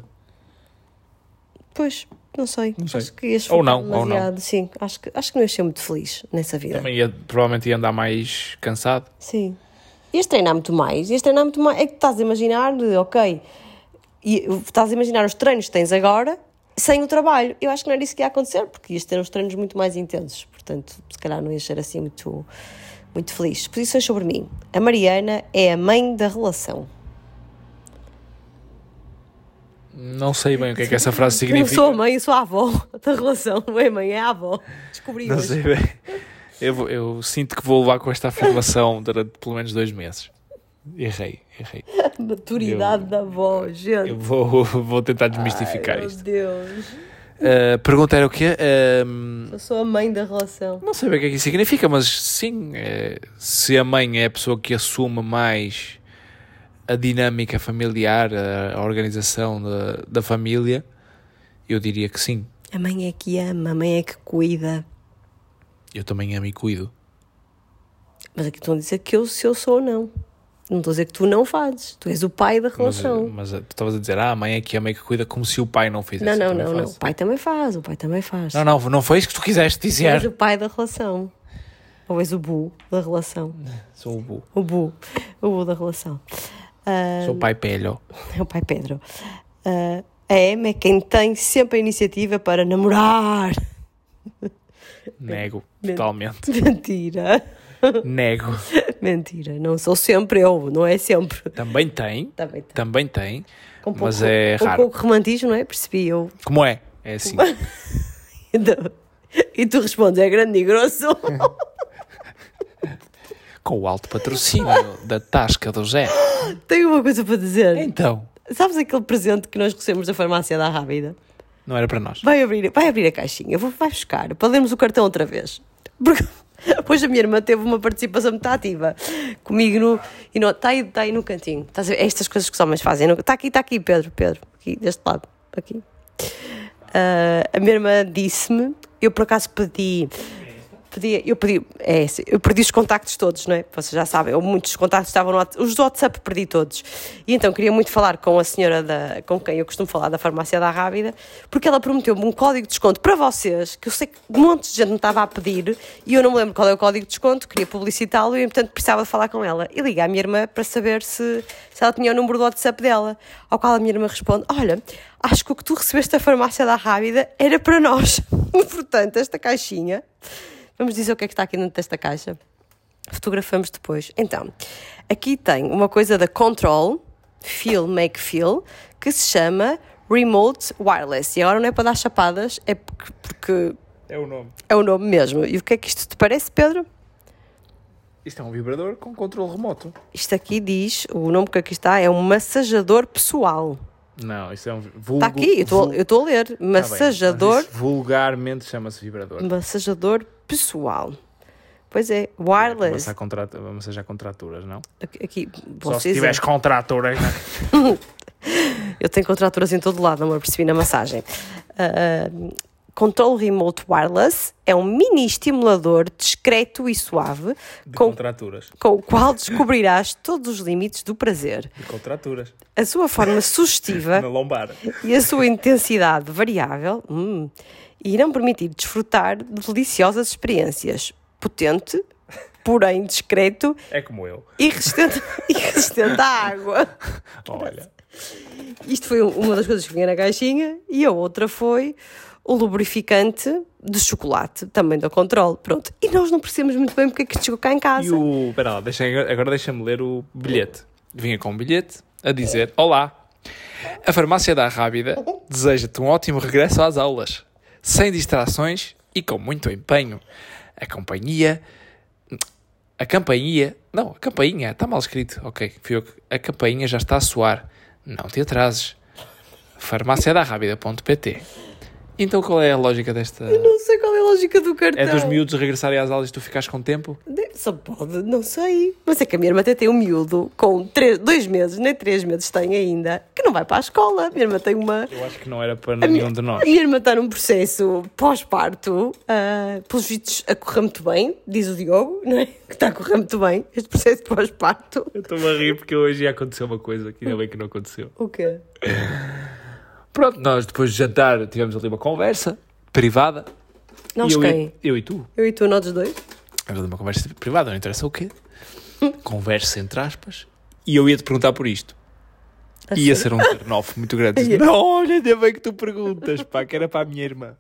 Pois, não sei. Não sei. Acho que ias ou não, demasiado. ou não. Sim, acho que, acho que não ia ser muito feliz nessa vida. Também ia, provavelmente ia andar mais cansado. Sim. Ias treinar muito mais. Ias treinar muito mais. É que estás a imaginar, ok, e estás a imaginar os treinos que tens agora sem o trabalho. Eu acho que não era isso que ia acontecer, porque ias ter uns treinos muito mais intensos. Portanto, se calhar não ias ser assim muito, muito feliz. Posições sobre mim. A Mariana é a mãe da relação. Não sei bem o que é que essa frase significa. Eu sou a mãe, eu sou a avó da relação. Não é mãe, é a avó. Descobri Não hoje. sei bem. Eu, eu sinto que vou levar com esta afirmação durante pelo menos dois meses. Errei, errei. Maturidade eu, da avó, gente. Eu vou, vou tentar desmistificar Ai, isto. Meu Deus. Uh, pergunta era o quê? Uh, eu sou a mãe da relação. Não sei bem o que é que isso significa, mas sim, é, se a mãe é a pessoa que assume mais a dinâmica familiar, a, a organização da, da família, eu diria que sim. A mãe é que ama, a mãe é que cuida. Eu também amo e cuido. Mas aqui estão a dizer que eu, se eu sou ou não. Não estou a dizer que tu não fazes. Tu és o pai da relação. Mas, mas tu estavas a dizer, ah, a mãe é que ama e que cuida, como se o pai não fizesse. Não, não, não, não. O pai também faz, o pai também faz. Não, não, não foi isso que tu quiseste dizer. Tu és o pai da relação. Ou és o bu da relação. Sou o bu. O bu. O bu da relação. Uh, Sou o pai Pedro. É o pai Pedro. Uh, a Emma é quem tem sempre a iniciativa para namorar. Nego, totalmente. Mentira. Nego. Mentira, não sou sempre eu, não é sempre. Também tem. Também tem. Também tem. Com mas pouco, é com raro. pouco romantismo, não é? Percebi eu. Como é? É assim. E tu respondes, é grande e grosso. Com o alto patrocínio da Tasca do Zé. Tenho uma coisa para dizer. Então. Sabes aquele presente que nós recebemos da farmácia da Rábida? Não era para nós. Vai abrir, vai abrir a caixinha, vou, vai buscar, para lermos o cartão outra vez. Porque depois a minha irmã teve uma participação muito ativa comigo no, e no, está, aí, está aí no cantinho. Estás a ver? Estas coisas que os homens fazem. Está aqui, está aqui, Pedro, Pedro, aqui, deste lado, aqui. Uh, a minha irmã disse-me, eu por acaso pedi... Pedi, eu pedi, é, eu perdi os contactos todos, não é? Vocês já sabem, eu, muitos contactos estavam no WhatsApp, os do WhatsApp perdi todos. E então queria muito falar com a senhora da, com quem eu costumo falar da farmácia da Rábida, porque ela prometeu-me um código de desconto para vocês, que eu sei que um monte de gente me estava a pedir, e eu não me lembro qual é o código de desconto, queria publicitá-lo e, portanto, precisava de falar com ela. E liguei à minha irmã para saber se, se ela tinha o número do WhatsApp dela, ao qual a minha irmã responde, olha, acho que o que tu recebeste da farmácia da Rábida era para nós. Portanto, esta caixinha... Vamos dizer o que é que está aqui dentro desta caixa. Fotografamos depois. Então, aqui tem uma coisa da Control, Feel, Make Feel, que se chama Remote Wireless. E agora não é para dar chapadas, é porque, porque É o nome. é o nome mesmo. E o que é que isto te parece, Pedro? Isto é um vibrador com controle remoto. Isto aqui diz, o nome que aqui está é um massajador pessoal. Não, isso é um vulgo... Está aqui, eu estou- vul- eu estou a ler. Tá bem, Massajador, mas isso vulgarmente chama-se vibrador. massajador pessoal. Pois é, Para wireless. massar, contrat... massajar contraturas, não? Aqui, aqui, Só se vocês... tiveres contraturas, não é? Eu tenho contraturas em todo lado, não me apercebi na massagem. Uh, Control Remote Wireless é um mini estimulador discreto e suave De com, contraturas. com o qual descobrirás todos os limites do prazer. De contraturas. A sua forma sugestiva Na lombar. e a sua intensidade variável hum, irão permitir desfrutar de deliciosas experiências. Potente, porém discreto É como eu. e resistente, e resistente à água. Olha. Isto foi uma das coisas que vinha na caixinha e a outra foi o lubrificante de chocolate, também da Control. Pronto. E nós não percebemos muito bem porque é que isto chegou cá em casa. E o... Espera lá, deixa... agora deixa-me ler o bilhete. Vinha com um bilhete a dizer: Olá, a farmácia da Rábida deseja-te um ótimo regresso às aulas, sem distrações e com muito empenho. A companhia... A campainha... Não, a campainha, está mal escrito. Ok, fui eu que... A campainha já está a soar. Não te atrases. farmácia da rábida ponto pt. Então qual é a lógica desta... Não sei qual é a lógica do cartão. É dos miúdos regressarem às aulas e tu ficares com tempo? Só pode, não sei. Mas é que a minha irmã até tem um miúdo com três, dois meses, nem três meses tem ainda, que não vai para a escola. A minha irmã tem uma... Eu acho que não era para A nenhum minha, de nós. a minha irmã está num processo pós-parto, uh, pelos vistos a correr muito bem, diz o Diogo, não é? Que está a correr muito bem, este processo pós-parto. Eu estou-me a rir porque hoje ia acontecer uma coisa que ainda bem que não aconteceu. O quê? Pronto, nós depois de jantar tivemos ali uma conversa privada. Nós E eu, quem? E, eu e tu. Eu e tu, nós os dois? Tivemos ali uma conversa privada, não interessa o quê. Conversa entre aspas. E eu ia-te perguntar por isto. A Ia sério? ser um turn-off muito grande. Não, olha, ainda bem que tu perguntas, pá, que era para a minha irmã.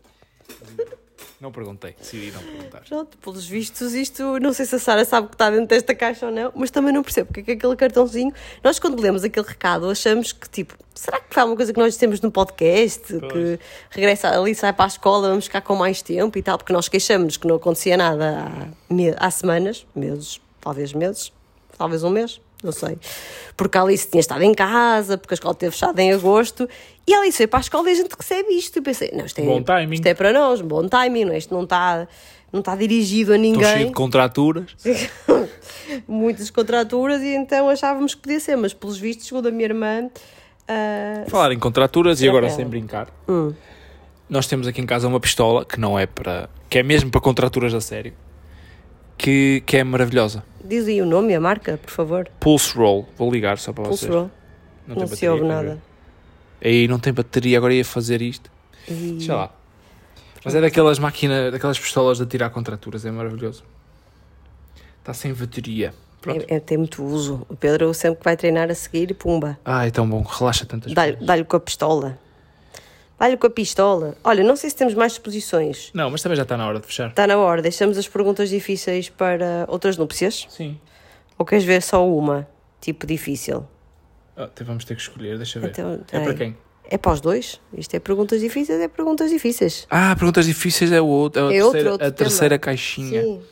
Não perguntei, decidi não perguntar. Pronto, pelos vistos, isto, não sei se a Sara sabe o que está dentro desta caixa ou não, mas também não percebo porque é que aquele cartãozinho, nós quando lemos aquele recado achamos que tipo, será que foi uma coisa que nós dissemos no podcast, Pois. que regressa ali, sai para a escola, vamos ficar com mais tempo e tal, porque nós queixamos que não acontecia nada há, me- há semanas, meses, talvez meses, talvez um mês, não sei, porque a Alice tinha estado em casa, porque a escola teve fechado em agosto, e a Alice foi para a escola e a gente recebe isto, e eu pensei, não, isto é, Bom timing. isto é para nós, bom timing, não é? Isto não está, não está dirigido a Estou cheio ninguém, de contraturas. muitas contraturas, e então achávamos que podia ser, mas pelos vistos, segundo a minha irmã, ah, Falar em contraturas, e Será agora que é? sem brincar, hum, nós temos aqui em casa uma pistola que não é para... que é mesmo para contraturas a sério. Que, que é maravilhosa. diz aí o nome e a marca, por favor. Pulse Roll. Vou ligar só para Pulse vocês. Roll. Não, Não tem se ouve bateria, quer nada. ver? Aí não tem bateria, agora ia fazer isto. E... Deixa lá. Mas é daquelas máquinas, daquelas pistolas de tirar contraturas, é maravilhoso. Está sem bateria. Pronto. É, é, tem muito uso. O Pedro sempre que vai treinar a seguir, pumba, Ah, é tão bom, relaxa tantas dá-lhe coisas. dá-lhe com a pistola. Dá-lhe com a pistola. Olha, não sei se temos mais exposições. Não, mas também já está na hora de fechar. Está na hora, deixamos as perguntas difíceis para outras núpcias? Sim. Ou queres ver só uma? Tipo difícil. Ah, até vamos ter que escolher, deixa ver. Então, é peraí. para quem? É para os dois? Isto é perguntas difíceis, é perguntas difíceis. Ah, perguntas difíceis é o outro, é a É outro, terceira, outro a terceira tema. caixinha. Sim.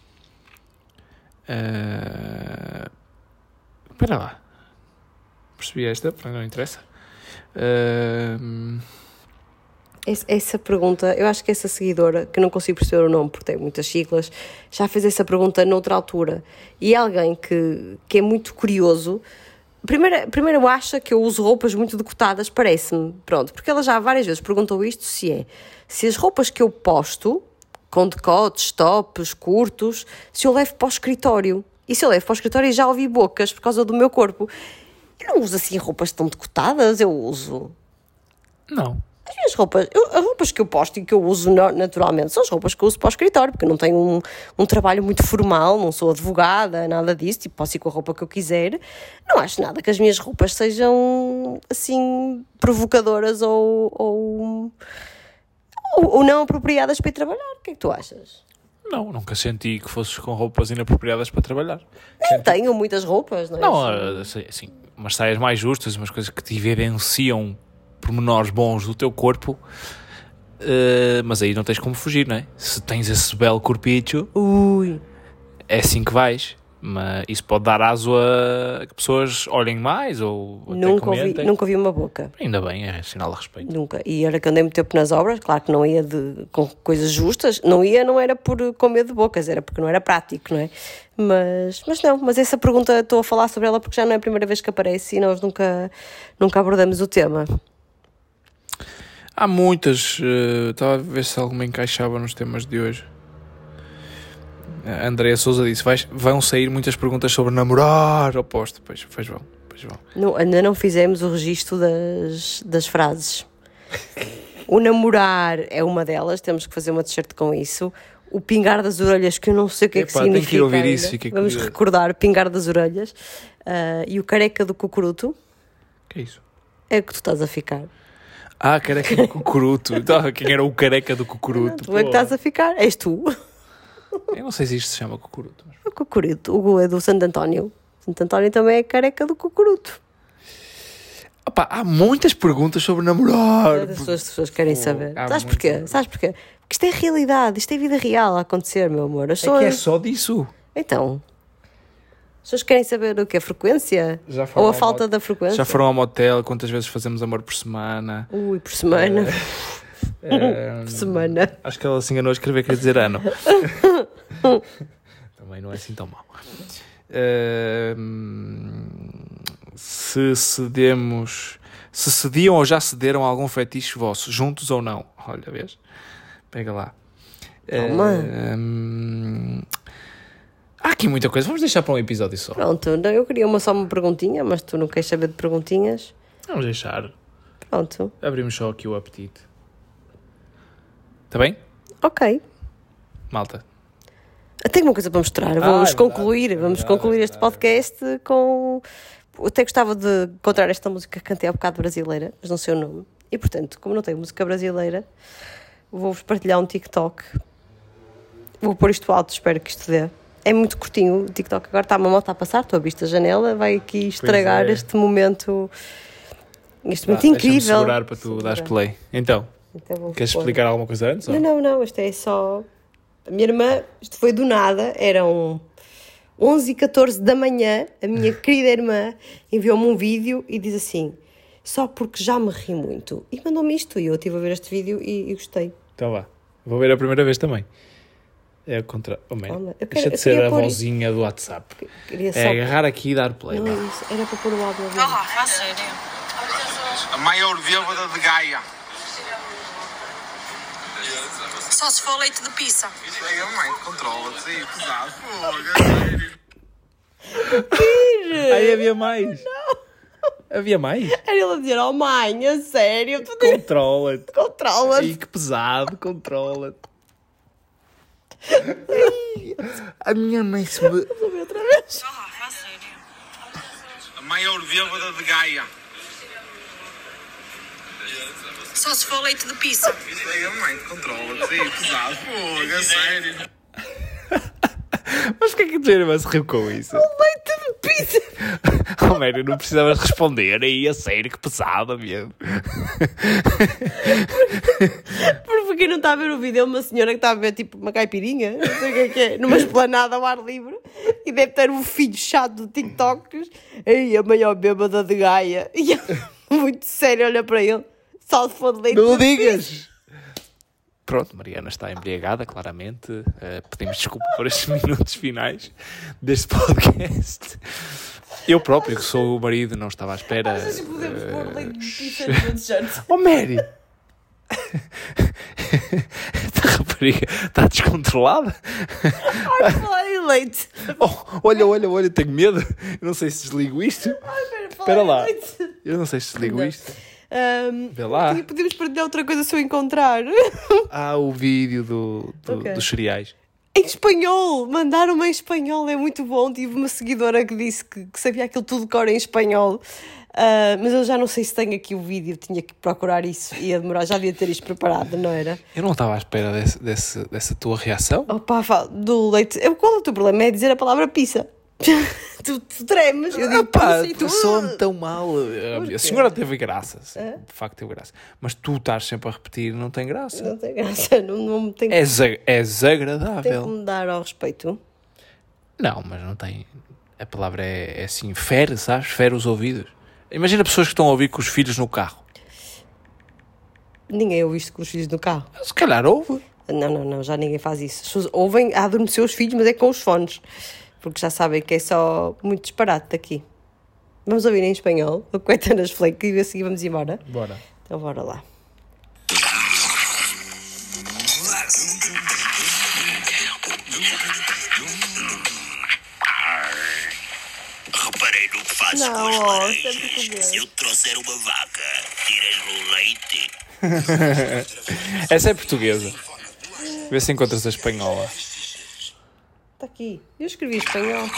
Ah, espera lá. Percebi esta, mas não interessa. Ah, Essa, essa pergunta, eu acho que essa seguidora, que eu não consigo perceber o nome porque tem muitas siglas, já fez essa pergunta noutra altura. E é alguém que, que é muito curioso. Primeiro, primeiro acha que eu uso roupas muito decotadas, parece-me. Pronto, porque ela já várias vezes perguntou isto, se é. Se as roupas que eu posto, com decotes, tops, curtos, se eu levo para o escritório. E se eu levo para o escritório, já ouvi bocas por causa do meu corpo. Eu não uso assim roupas tão decotadas, eu uso... não. As minhas roupas, eu, as roupas que eu posto e que eu uso no- naturalmente são as roupas que eu uso para o escritório, porque eu não tenho um, um trabalho muito formal, não sou advogada, nada disso, tipo, posso ir com a roupa que eu quiser. Não acho nada que as minhas roupas sejam, assim, provocadoras ou, ou, ou, ou não apropriadas para ir trabalhar. O que é que tu achas? Não, nunca senti que fosses com roupas inapropriadas para trabalhar. Nem tenho muitas roupas, não é? Não, Assim, assim, assim, umas saias mais justas, umas coisas que te evidenciam pormenores bons do teu corpo, uh, mas aí não tens como fugir, não é? Se tens esse belo corpicho, Ui. é assim que vais. Mas isso pode dar aso a que pessoas olhem mais ou até Nunca ouvi, comentem. nunca ouvi uma boca. Ainda bem, é sinal de respeito. Nunca. E era que andei muito tempo nas obras, claro que não ia de, com coisas justas, não ia, não era por com medo de bocas, era porque não era prático, não é? Mas, mas não, mas essa pergunta estou a falar sobre ela porque já não é a primeira vez que aparece e nós nunca, nunca abordamos o tema. Há muitas, uh, estava a ver se alguma encaixava nos temas de hoje. A Andréa Sousa disse, Vais, vão sair muitas perguntas sobre namorar, oposto, pois, pois vão, pois vão. Não, ainda não fizemos o registro das, das frases. O namorar é uma delas, temos que fazer uma t-shirt com isso. O pingar das orelhas, que eu não sei o que é que Epá, significa. tenho que ir ouvir ainda. isso, fiquei Vamos curioso. recordar pingar das orelhas. Uh, e o careca do cucuruto Que é isso? é o que tu estás a ficar. Ah, careca do cucuruto. Então, quem era o careca do cucuruto? Tu é que estás a ficar, és tu. Eu não sei se isto se chama cucuruto. Mas... O cucuruto, o Gu é do Santo António. Santo António também é careca do cucuruto. Opa, há muitas perguntas sobre namorar. As pessoas, as pessoas querem Pô, saber. há Sabes muitas porquê? perguntas. Sabes porquê? Porque isto é realidade, isto é vida real a acontecer, meu amor. As É que pessoas... é só disso. Então, as pessoas querem saber o que é frequência? Já foram Ou a ao falta mot- da frequência? Já foram ao motel, quantas vezes fazemos amor por semana? Ui, por semana. É, Por semana. Acho que ela se enganou a escrever, quer dizer ano. Também não é assim tão mau. É, se cedemos... Se cediam ou já cederam a algum fetiche vosso, juntos ou não? Olha, vês? Pega lá. Toma. É, hum, há aqui muita coisa. Vamos deixar para um episódio só. Pronto, não, eu queria uma, só uma perguntinha, mas tu não queres saber de perguntinhas. Vamos deixar. Pronto, Abrimos só aqui o apetite. Está bem? ok. Malta. Tenho uma coisa para mostrar. Ah, Vamos é verdade, concluir, é vamos verdade, concluir é este verdade. podcast com... Eu até gostava de encontrar esta música que cantei há bocado brasileira, mas não sei o nome. E, portanto, como não tenho música brasileira, vou-vos partilhar um TikTok. Vou pôr isto alto, espero que isto dê. É muito curtinho o TikTok. Agora está uma moto a passar, estou a vista a janela, vai aqui estragar é. este momento, este momento Vá, deixa-me incrível. segurar para tu Segurar. dares play. Então, Então vou queres pôr. explicar alguma coisa antes? ou? Não, não, não, isto é só... A minha irmã, isto foi do nada, eram onze e catorze da manhã, a minha querida irmã enviou-me um vídeo e diz assim, só porque já me ri muito. E mandou-me isto, e eu estive a ver este vídeo e, e gostei. Então vá. Vou ver a primeira vez também. É o contrário. Oh, man. Calma, eu quero- Deixa de eu ser queria a pôr- vozinha do WhatsApp. Queria só... É agarrar aqui e dar play. Não vá. é isso, era para pôr o áudio a ver. Rafa, a sério. A maior bêbada de Gaia. Só se for leite de pizza. Ei, mãe, controla-te aí, pesado. Fogo, Aí havia mais. Havia mais? Era ele a dizer, oh mãe, a sério, tu Controla-te. controlas. Ai, que pesado. Controla-te. A minha mãe se me... Outra vez. Rafa, a sério. a maior bêbada de Gaia. Só se for leite de pizza. Ei, mãe, controla-te aí, pesado. Fogo, a sério. Mas porquê que a tua irmã se riu com isso? Leite de pizza. Oh, Mério, não precisavas responder. Aí, a sério, que pesada mesmo. Porque quem não está a ver o vídeo é uma senhora que está a ver tipo uma caipirinha, não sei o que é que é, numa esplanada ao ar livre, e deve ter um filho chato de TikToks. Aí a maior bêbada de Gaia. E ela, muito sério, olha para ele. Só se for de leite Não o de digas! Pronto, Mariana está embriagada, claramente. Uh, pedimos desculpa por estes minutos finais deste podcast. Eu próprio, que sou o marido, não estava à espera. Achas que podemos pôr uh, leite de pizza no meu t-shirt? Oh, Mary! Esta rapariga está descontrolada? Ai, falei leite. Oh, olha, olha, olha, tenho medo. Eu não sei se desligo isto. Ai, espera, Espera falei lá. leite. Eu não sei se desligo Não. isto. Um, Vê lá. e podemos partilhar outra coisa se eu encontrar. Ah, o vídeo do, do- Ok. dos cereais. Em espanhol, mandaram-me em espanhol, é muito bom. Tive uma seguidora que disse que, que sabia aquilo tudo de cor em espanhol. Ah, mas eu já não sei se tenho aqui o vídeo, tinha que procurar isso, ia demorar, já devia ter isto preparado, não era? Eu não estava à espera desse, desse- dessa tua reação. Opa, fala do leite. Eu- Qual é o teu problema? É dizer a palavra pizza. tu, tu tremes, eu digo, Pá, sim, tu... passou-me tão mal. Porquê? A senhora teve graça, sim. É? De facto teve graça. Mas tu estás sempre a repetir, não tem graça. Não tem graça, não, não tem, É, zag- é tem que desagradável. me dar ao respeito. Não, mas não tem. A palavra é, é assim, fere, sabes? Fere os ouvidos. Imagina pessoas que estão a ouvir com os filhos no carro. Ninguém ouve isto com os filhos no carro. Se calhar ouve. Não, não, não, já ninguém faz isso. As pessoas ouvem a adormecer os filhos, mas é com os fones. Porque já sabem que é só muito disparate daqui. Vamos ouvir em espanhol, o Cueta nas Flakes, e a seguir vamos embora. Bora. Então bora lá. Reparei no que fazes Não, com as ó, laranjas. sempre português. Se eu te trouxer uma vaca, tiras-me o leite. Essa é portuguesa. Vê se encontras a espanhola. Está aqui. Eu escrevi espanhol.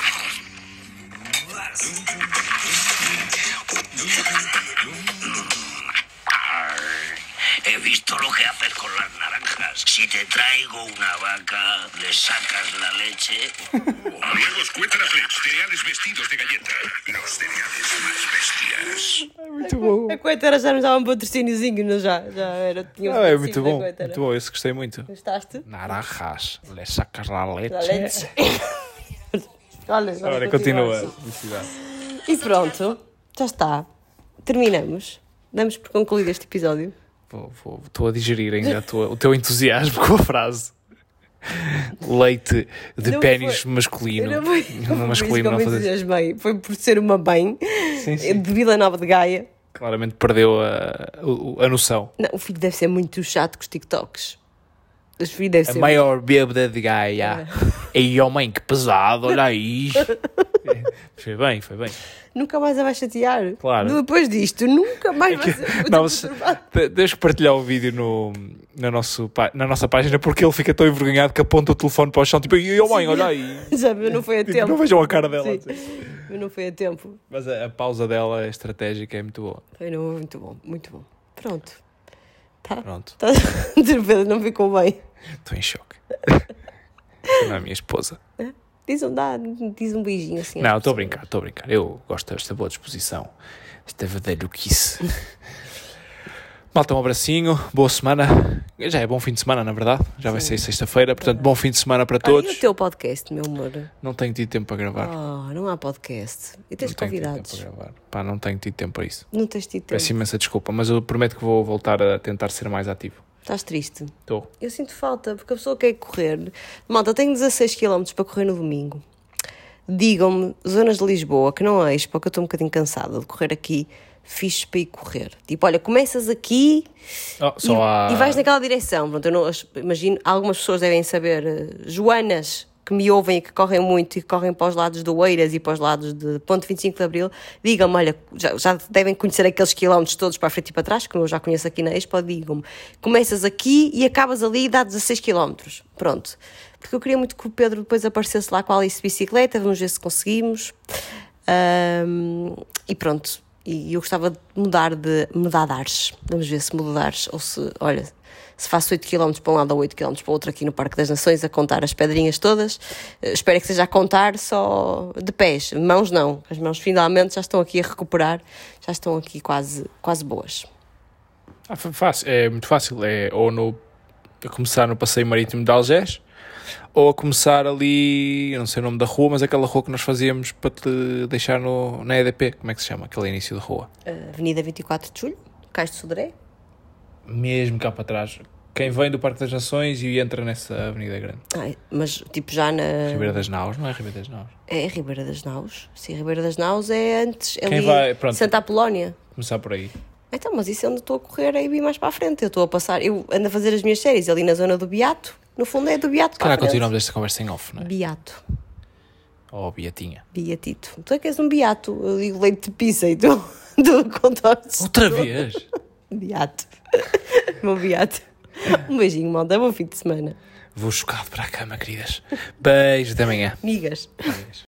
He visto lo que haces con las naranjas. Si te traigo una vaca, le sacas la leche. Amigos, cuenta las leches. Cereales vestidos de galleta. Los cereales más bestias. Muito bom. A Cueta já nos dava um patrocíniozinho, não já? Já era. Tinha um Ah, é patrocínio muito da bom. Cuétara. Muito bom, esse gostei muito. Gostaste? Naranjas, le sacas la leche. Da leite. Olha, agora Agora continua. continua. Felicidade. E pronto, já está. Terminamos. Damos por concluído este episódio. Vou- vou- Estou a digerir ainda a tua- o teu entusiasmo com a frase. Leite de Não pênis foi- masculino. Não foi, No não masculino não foi isso que eu me fazer. entusiasmei. Foi por ser uma bem Sim, sim. de Vila Nova de Gaia. Claramente perdeu a, o- a noção. Não, o filho deve ser muito chato com os TikToks. O filho deve A ser. maior bêbada de Gaia. Ei, homem, que pesado, olha aí. Foi bem, foi bem. Nunca mais a vai chatear. Claro. Depois disto, nunca mais vai ser. muito Não, se- perturbado. de- Deixa eu partilhar o vídeo no, na, nosso, pá- na nossa página porque ele fica tão envergonhado que aponta o telefone para o chão, tipo, ei, homem, olha aí. Já viu, não foi a Tipo, tempo. não vejam a cara dela. Sim. assim. Mas não foi a tempo. Mas a, a pausa dela é estratégica, é muito boa. Foi não, muito bom, muito bom. Pronto. Tá? Pronto, Tá. Pedro, não ficou bem. estou em choque. Esta não é a minha esposa. Diz um, dá, diz um beijinho assim. às Não, estou a pessoas. brincar, estou a brincar. Eu gosto desta boa disposição. Esta velhuquice. Malta, um abracinho, boa semana. Já é bom fim de semana, na verdade. Já vai ser sexta-feira, portanto, bom fim de semana para Ah, e o todos. teu podcast, meu amor? Não tenho tido tempo para gravar. Oh, não há podcast. E tens não tenho tido convidados. tempo para gravar. Pá, não tenho tido tempo para isso. Não tens tido tempo. Peço imensa desculpa, mas eu prometo que vou voltar a tentar ser mais ativo. Estás triste? Estou. Eu sinto falta, porque a pessoa quer correr. Malta, eu tenho dezasseis quilómetros para correr no domingo. Digam-me, zonas de Lisboa, que não é isto, porque eu estou um bocadinho cansada de correr aqui, fixe para ir correr. Tipo, olha, começas aqui Oh, só e, há... e vais naquela direção. Pronto, eu não, as- imagino, algumas pessoas devem saber, eh, Joanas, que me ouvem e que correm muito e que correm para os lados do Oeiras e para os lados de Ponte vinte e cinco de Abril, digam-me, olha, já, já devem conhecer aqueles quilómetros todos para a frente e para trás, que eu já conheço aqui na Expo, digam-me, começas aqui e acabas ali e dá dezasseis quilómetros. Pronto. Porque eu queria muito que o Pedro depois aparecesse lá com a Alice de bicicleta, vamos ver se conseguimos. Ahm, e pronto. E eu gostava de mudar de mudar de ares. Vamos ver se mudo de ares ou se, olha, se faço oito quilómetros para um lado ou oito quilómetros para o outro aqui no Parque das Nações, a contar as pedrinhas todas. Eh, Espero que seja a contar só de pés, mãos não. As mãos finalmente já estão aqui a recuperar, já estão aqui quase, quase boas. Ah, foi fácil. É muito fácil. É ou no... a começar no Passeio Marítimo de Algés, ou a começar ali, eu não sei o nome da rua, mas aquela rua que nós fazíamos para te deixar no, na E D P. Como é que se chama? Aquele início de rua. Uh, Avenida vinte e quatro de Julho, Cais de Sodré. Mesmo cá para trás. Quem vem do Parque das Nações e entra nessa avenida grande. Ai, mas tipo já na... Ribeira das Naus, não é Ribeira das Naus? É Ribeira das Naus. Sim, Ribeira das Naus é antes, é Quem ali, vai- pronto. Santa Apolónia. Começar por aí. Então, mas isso é onde estou a correr, é ir mais para a frente. Eu estou a passar, eu ando a fazer as minhas séries ali na zona do Beato. No fundo é do Beato para Calhar a frente. continuamos esta conversa em off, não é? Beato. Ou oh, Beatinha. Beatito. Tu é que és um beato. Eu digo leite de pizza e tu, tu contorces. Outra vez? Beato. Meu beato. Um beijinho, malta. Bom fim de semana. Vou chocado para a cama, queridas. Beijo, até amanhã. Migas. Beijo.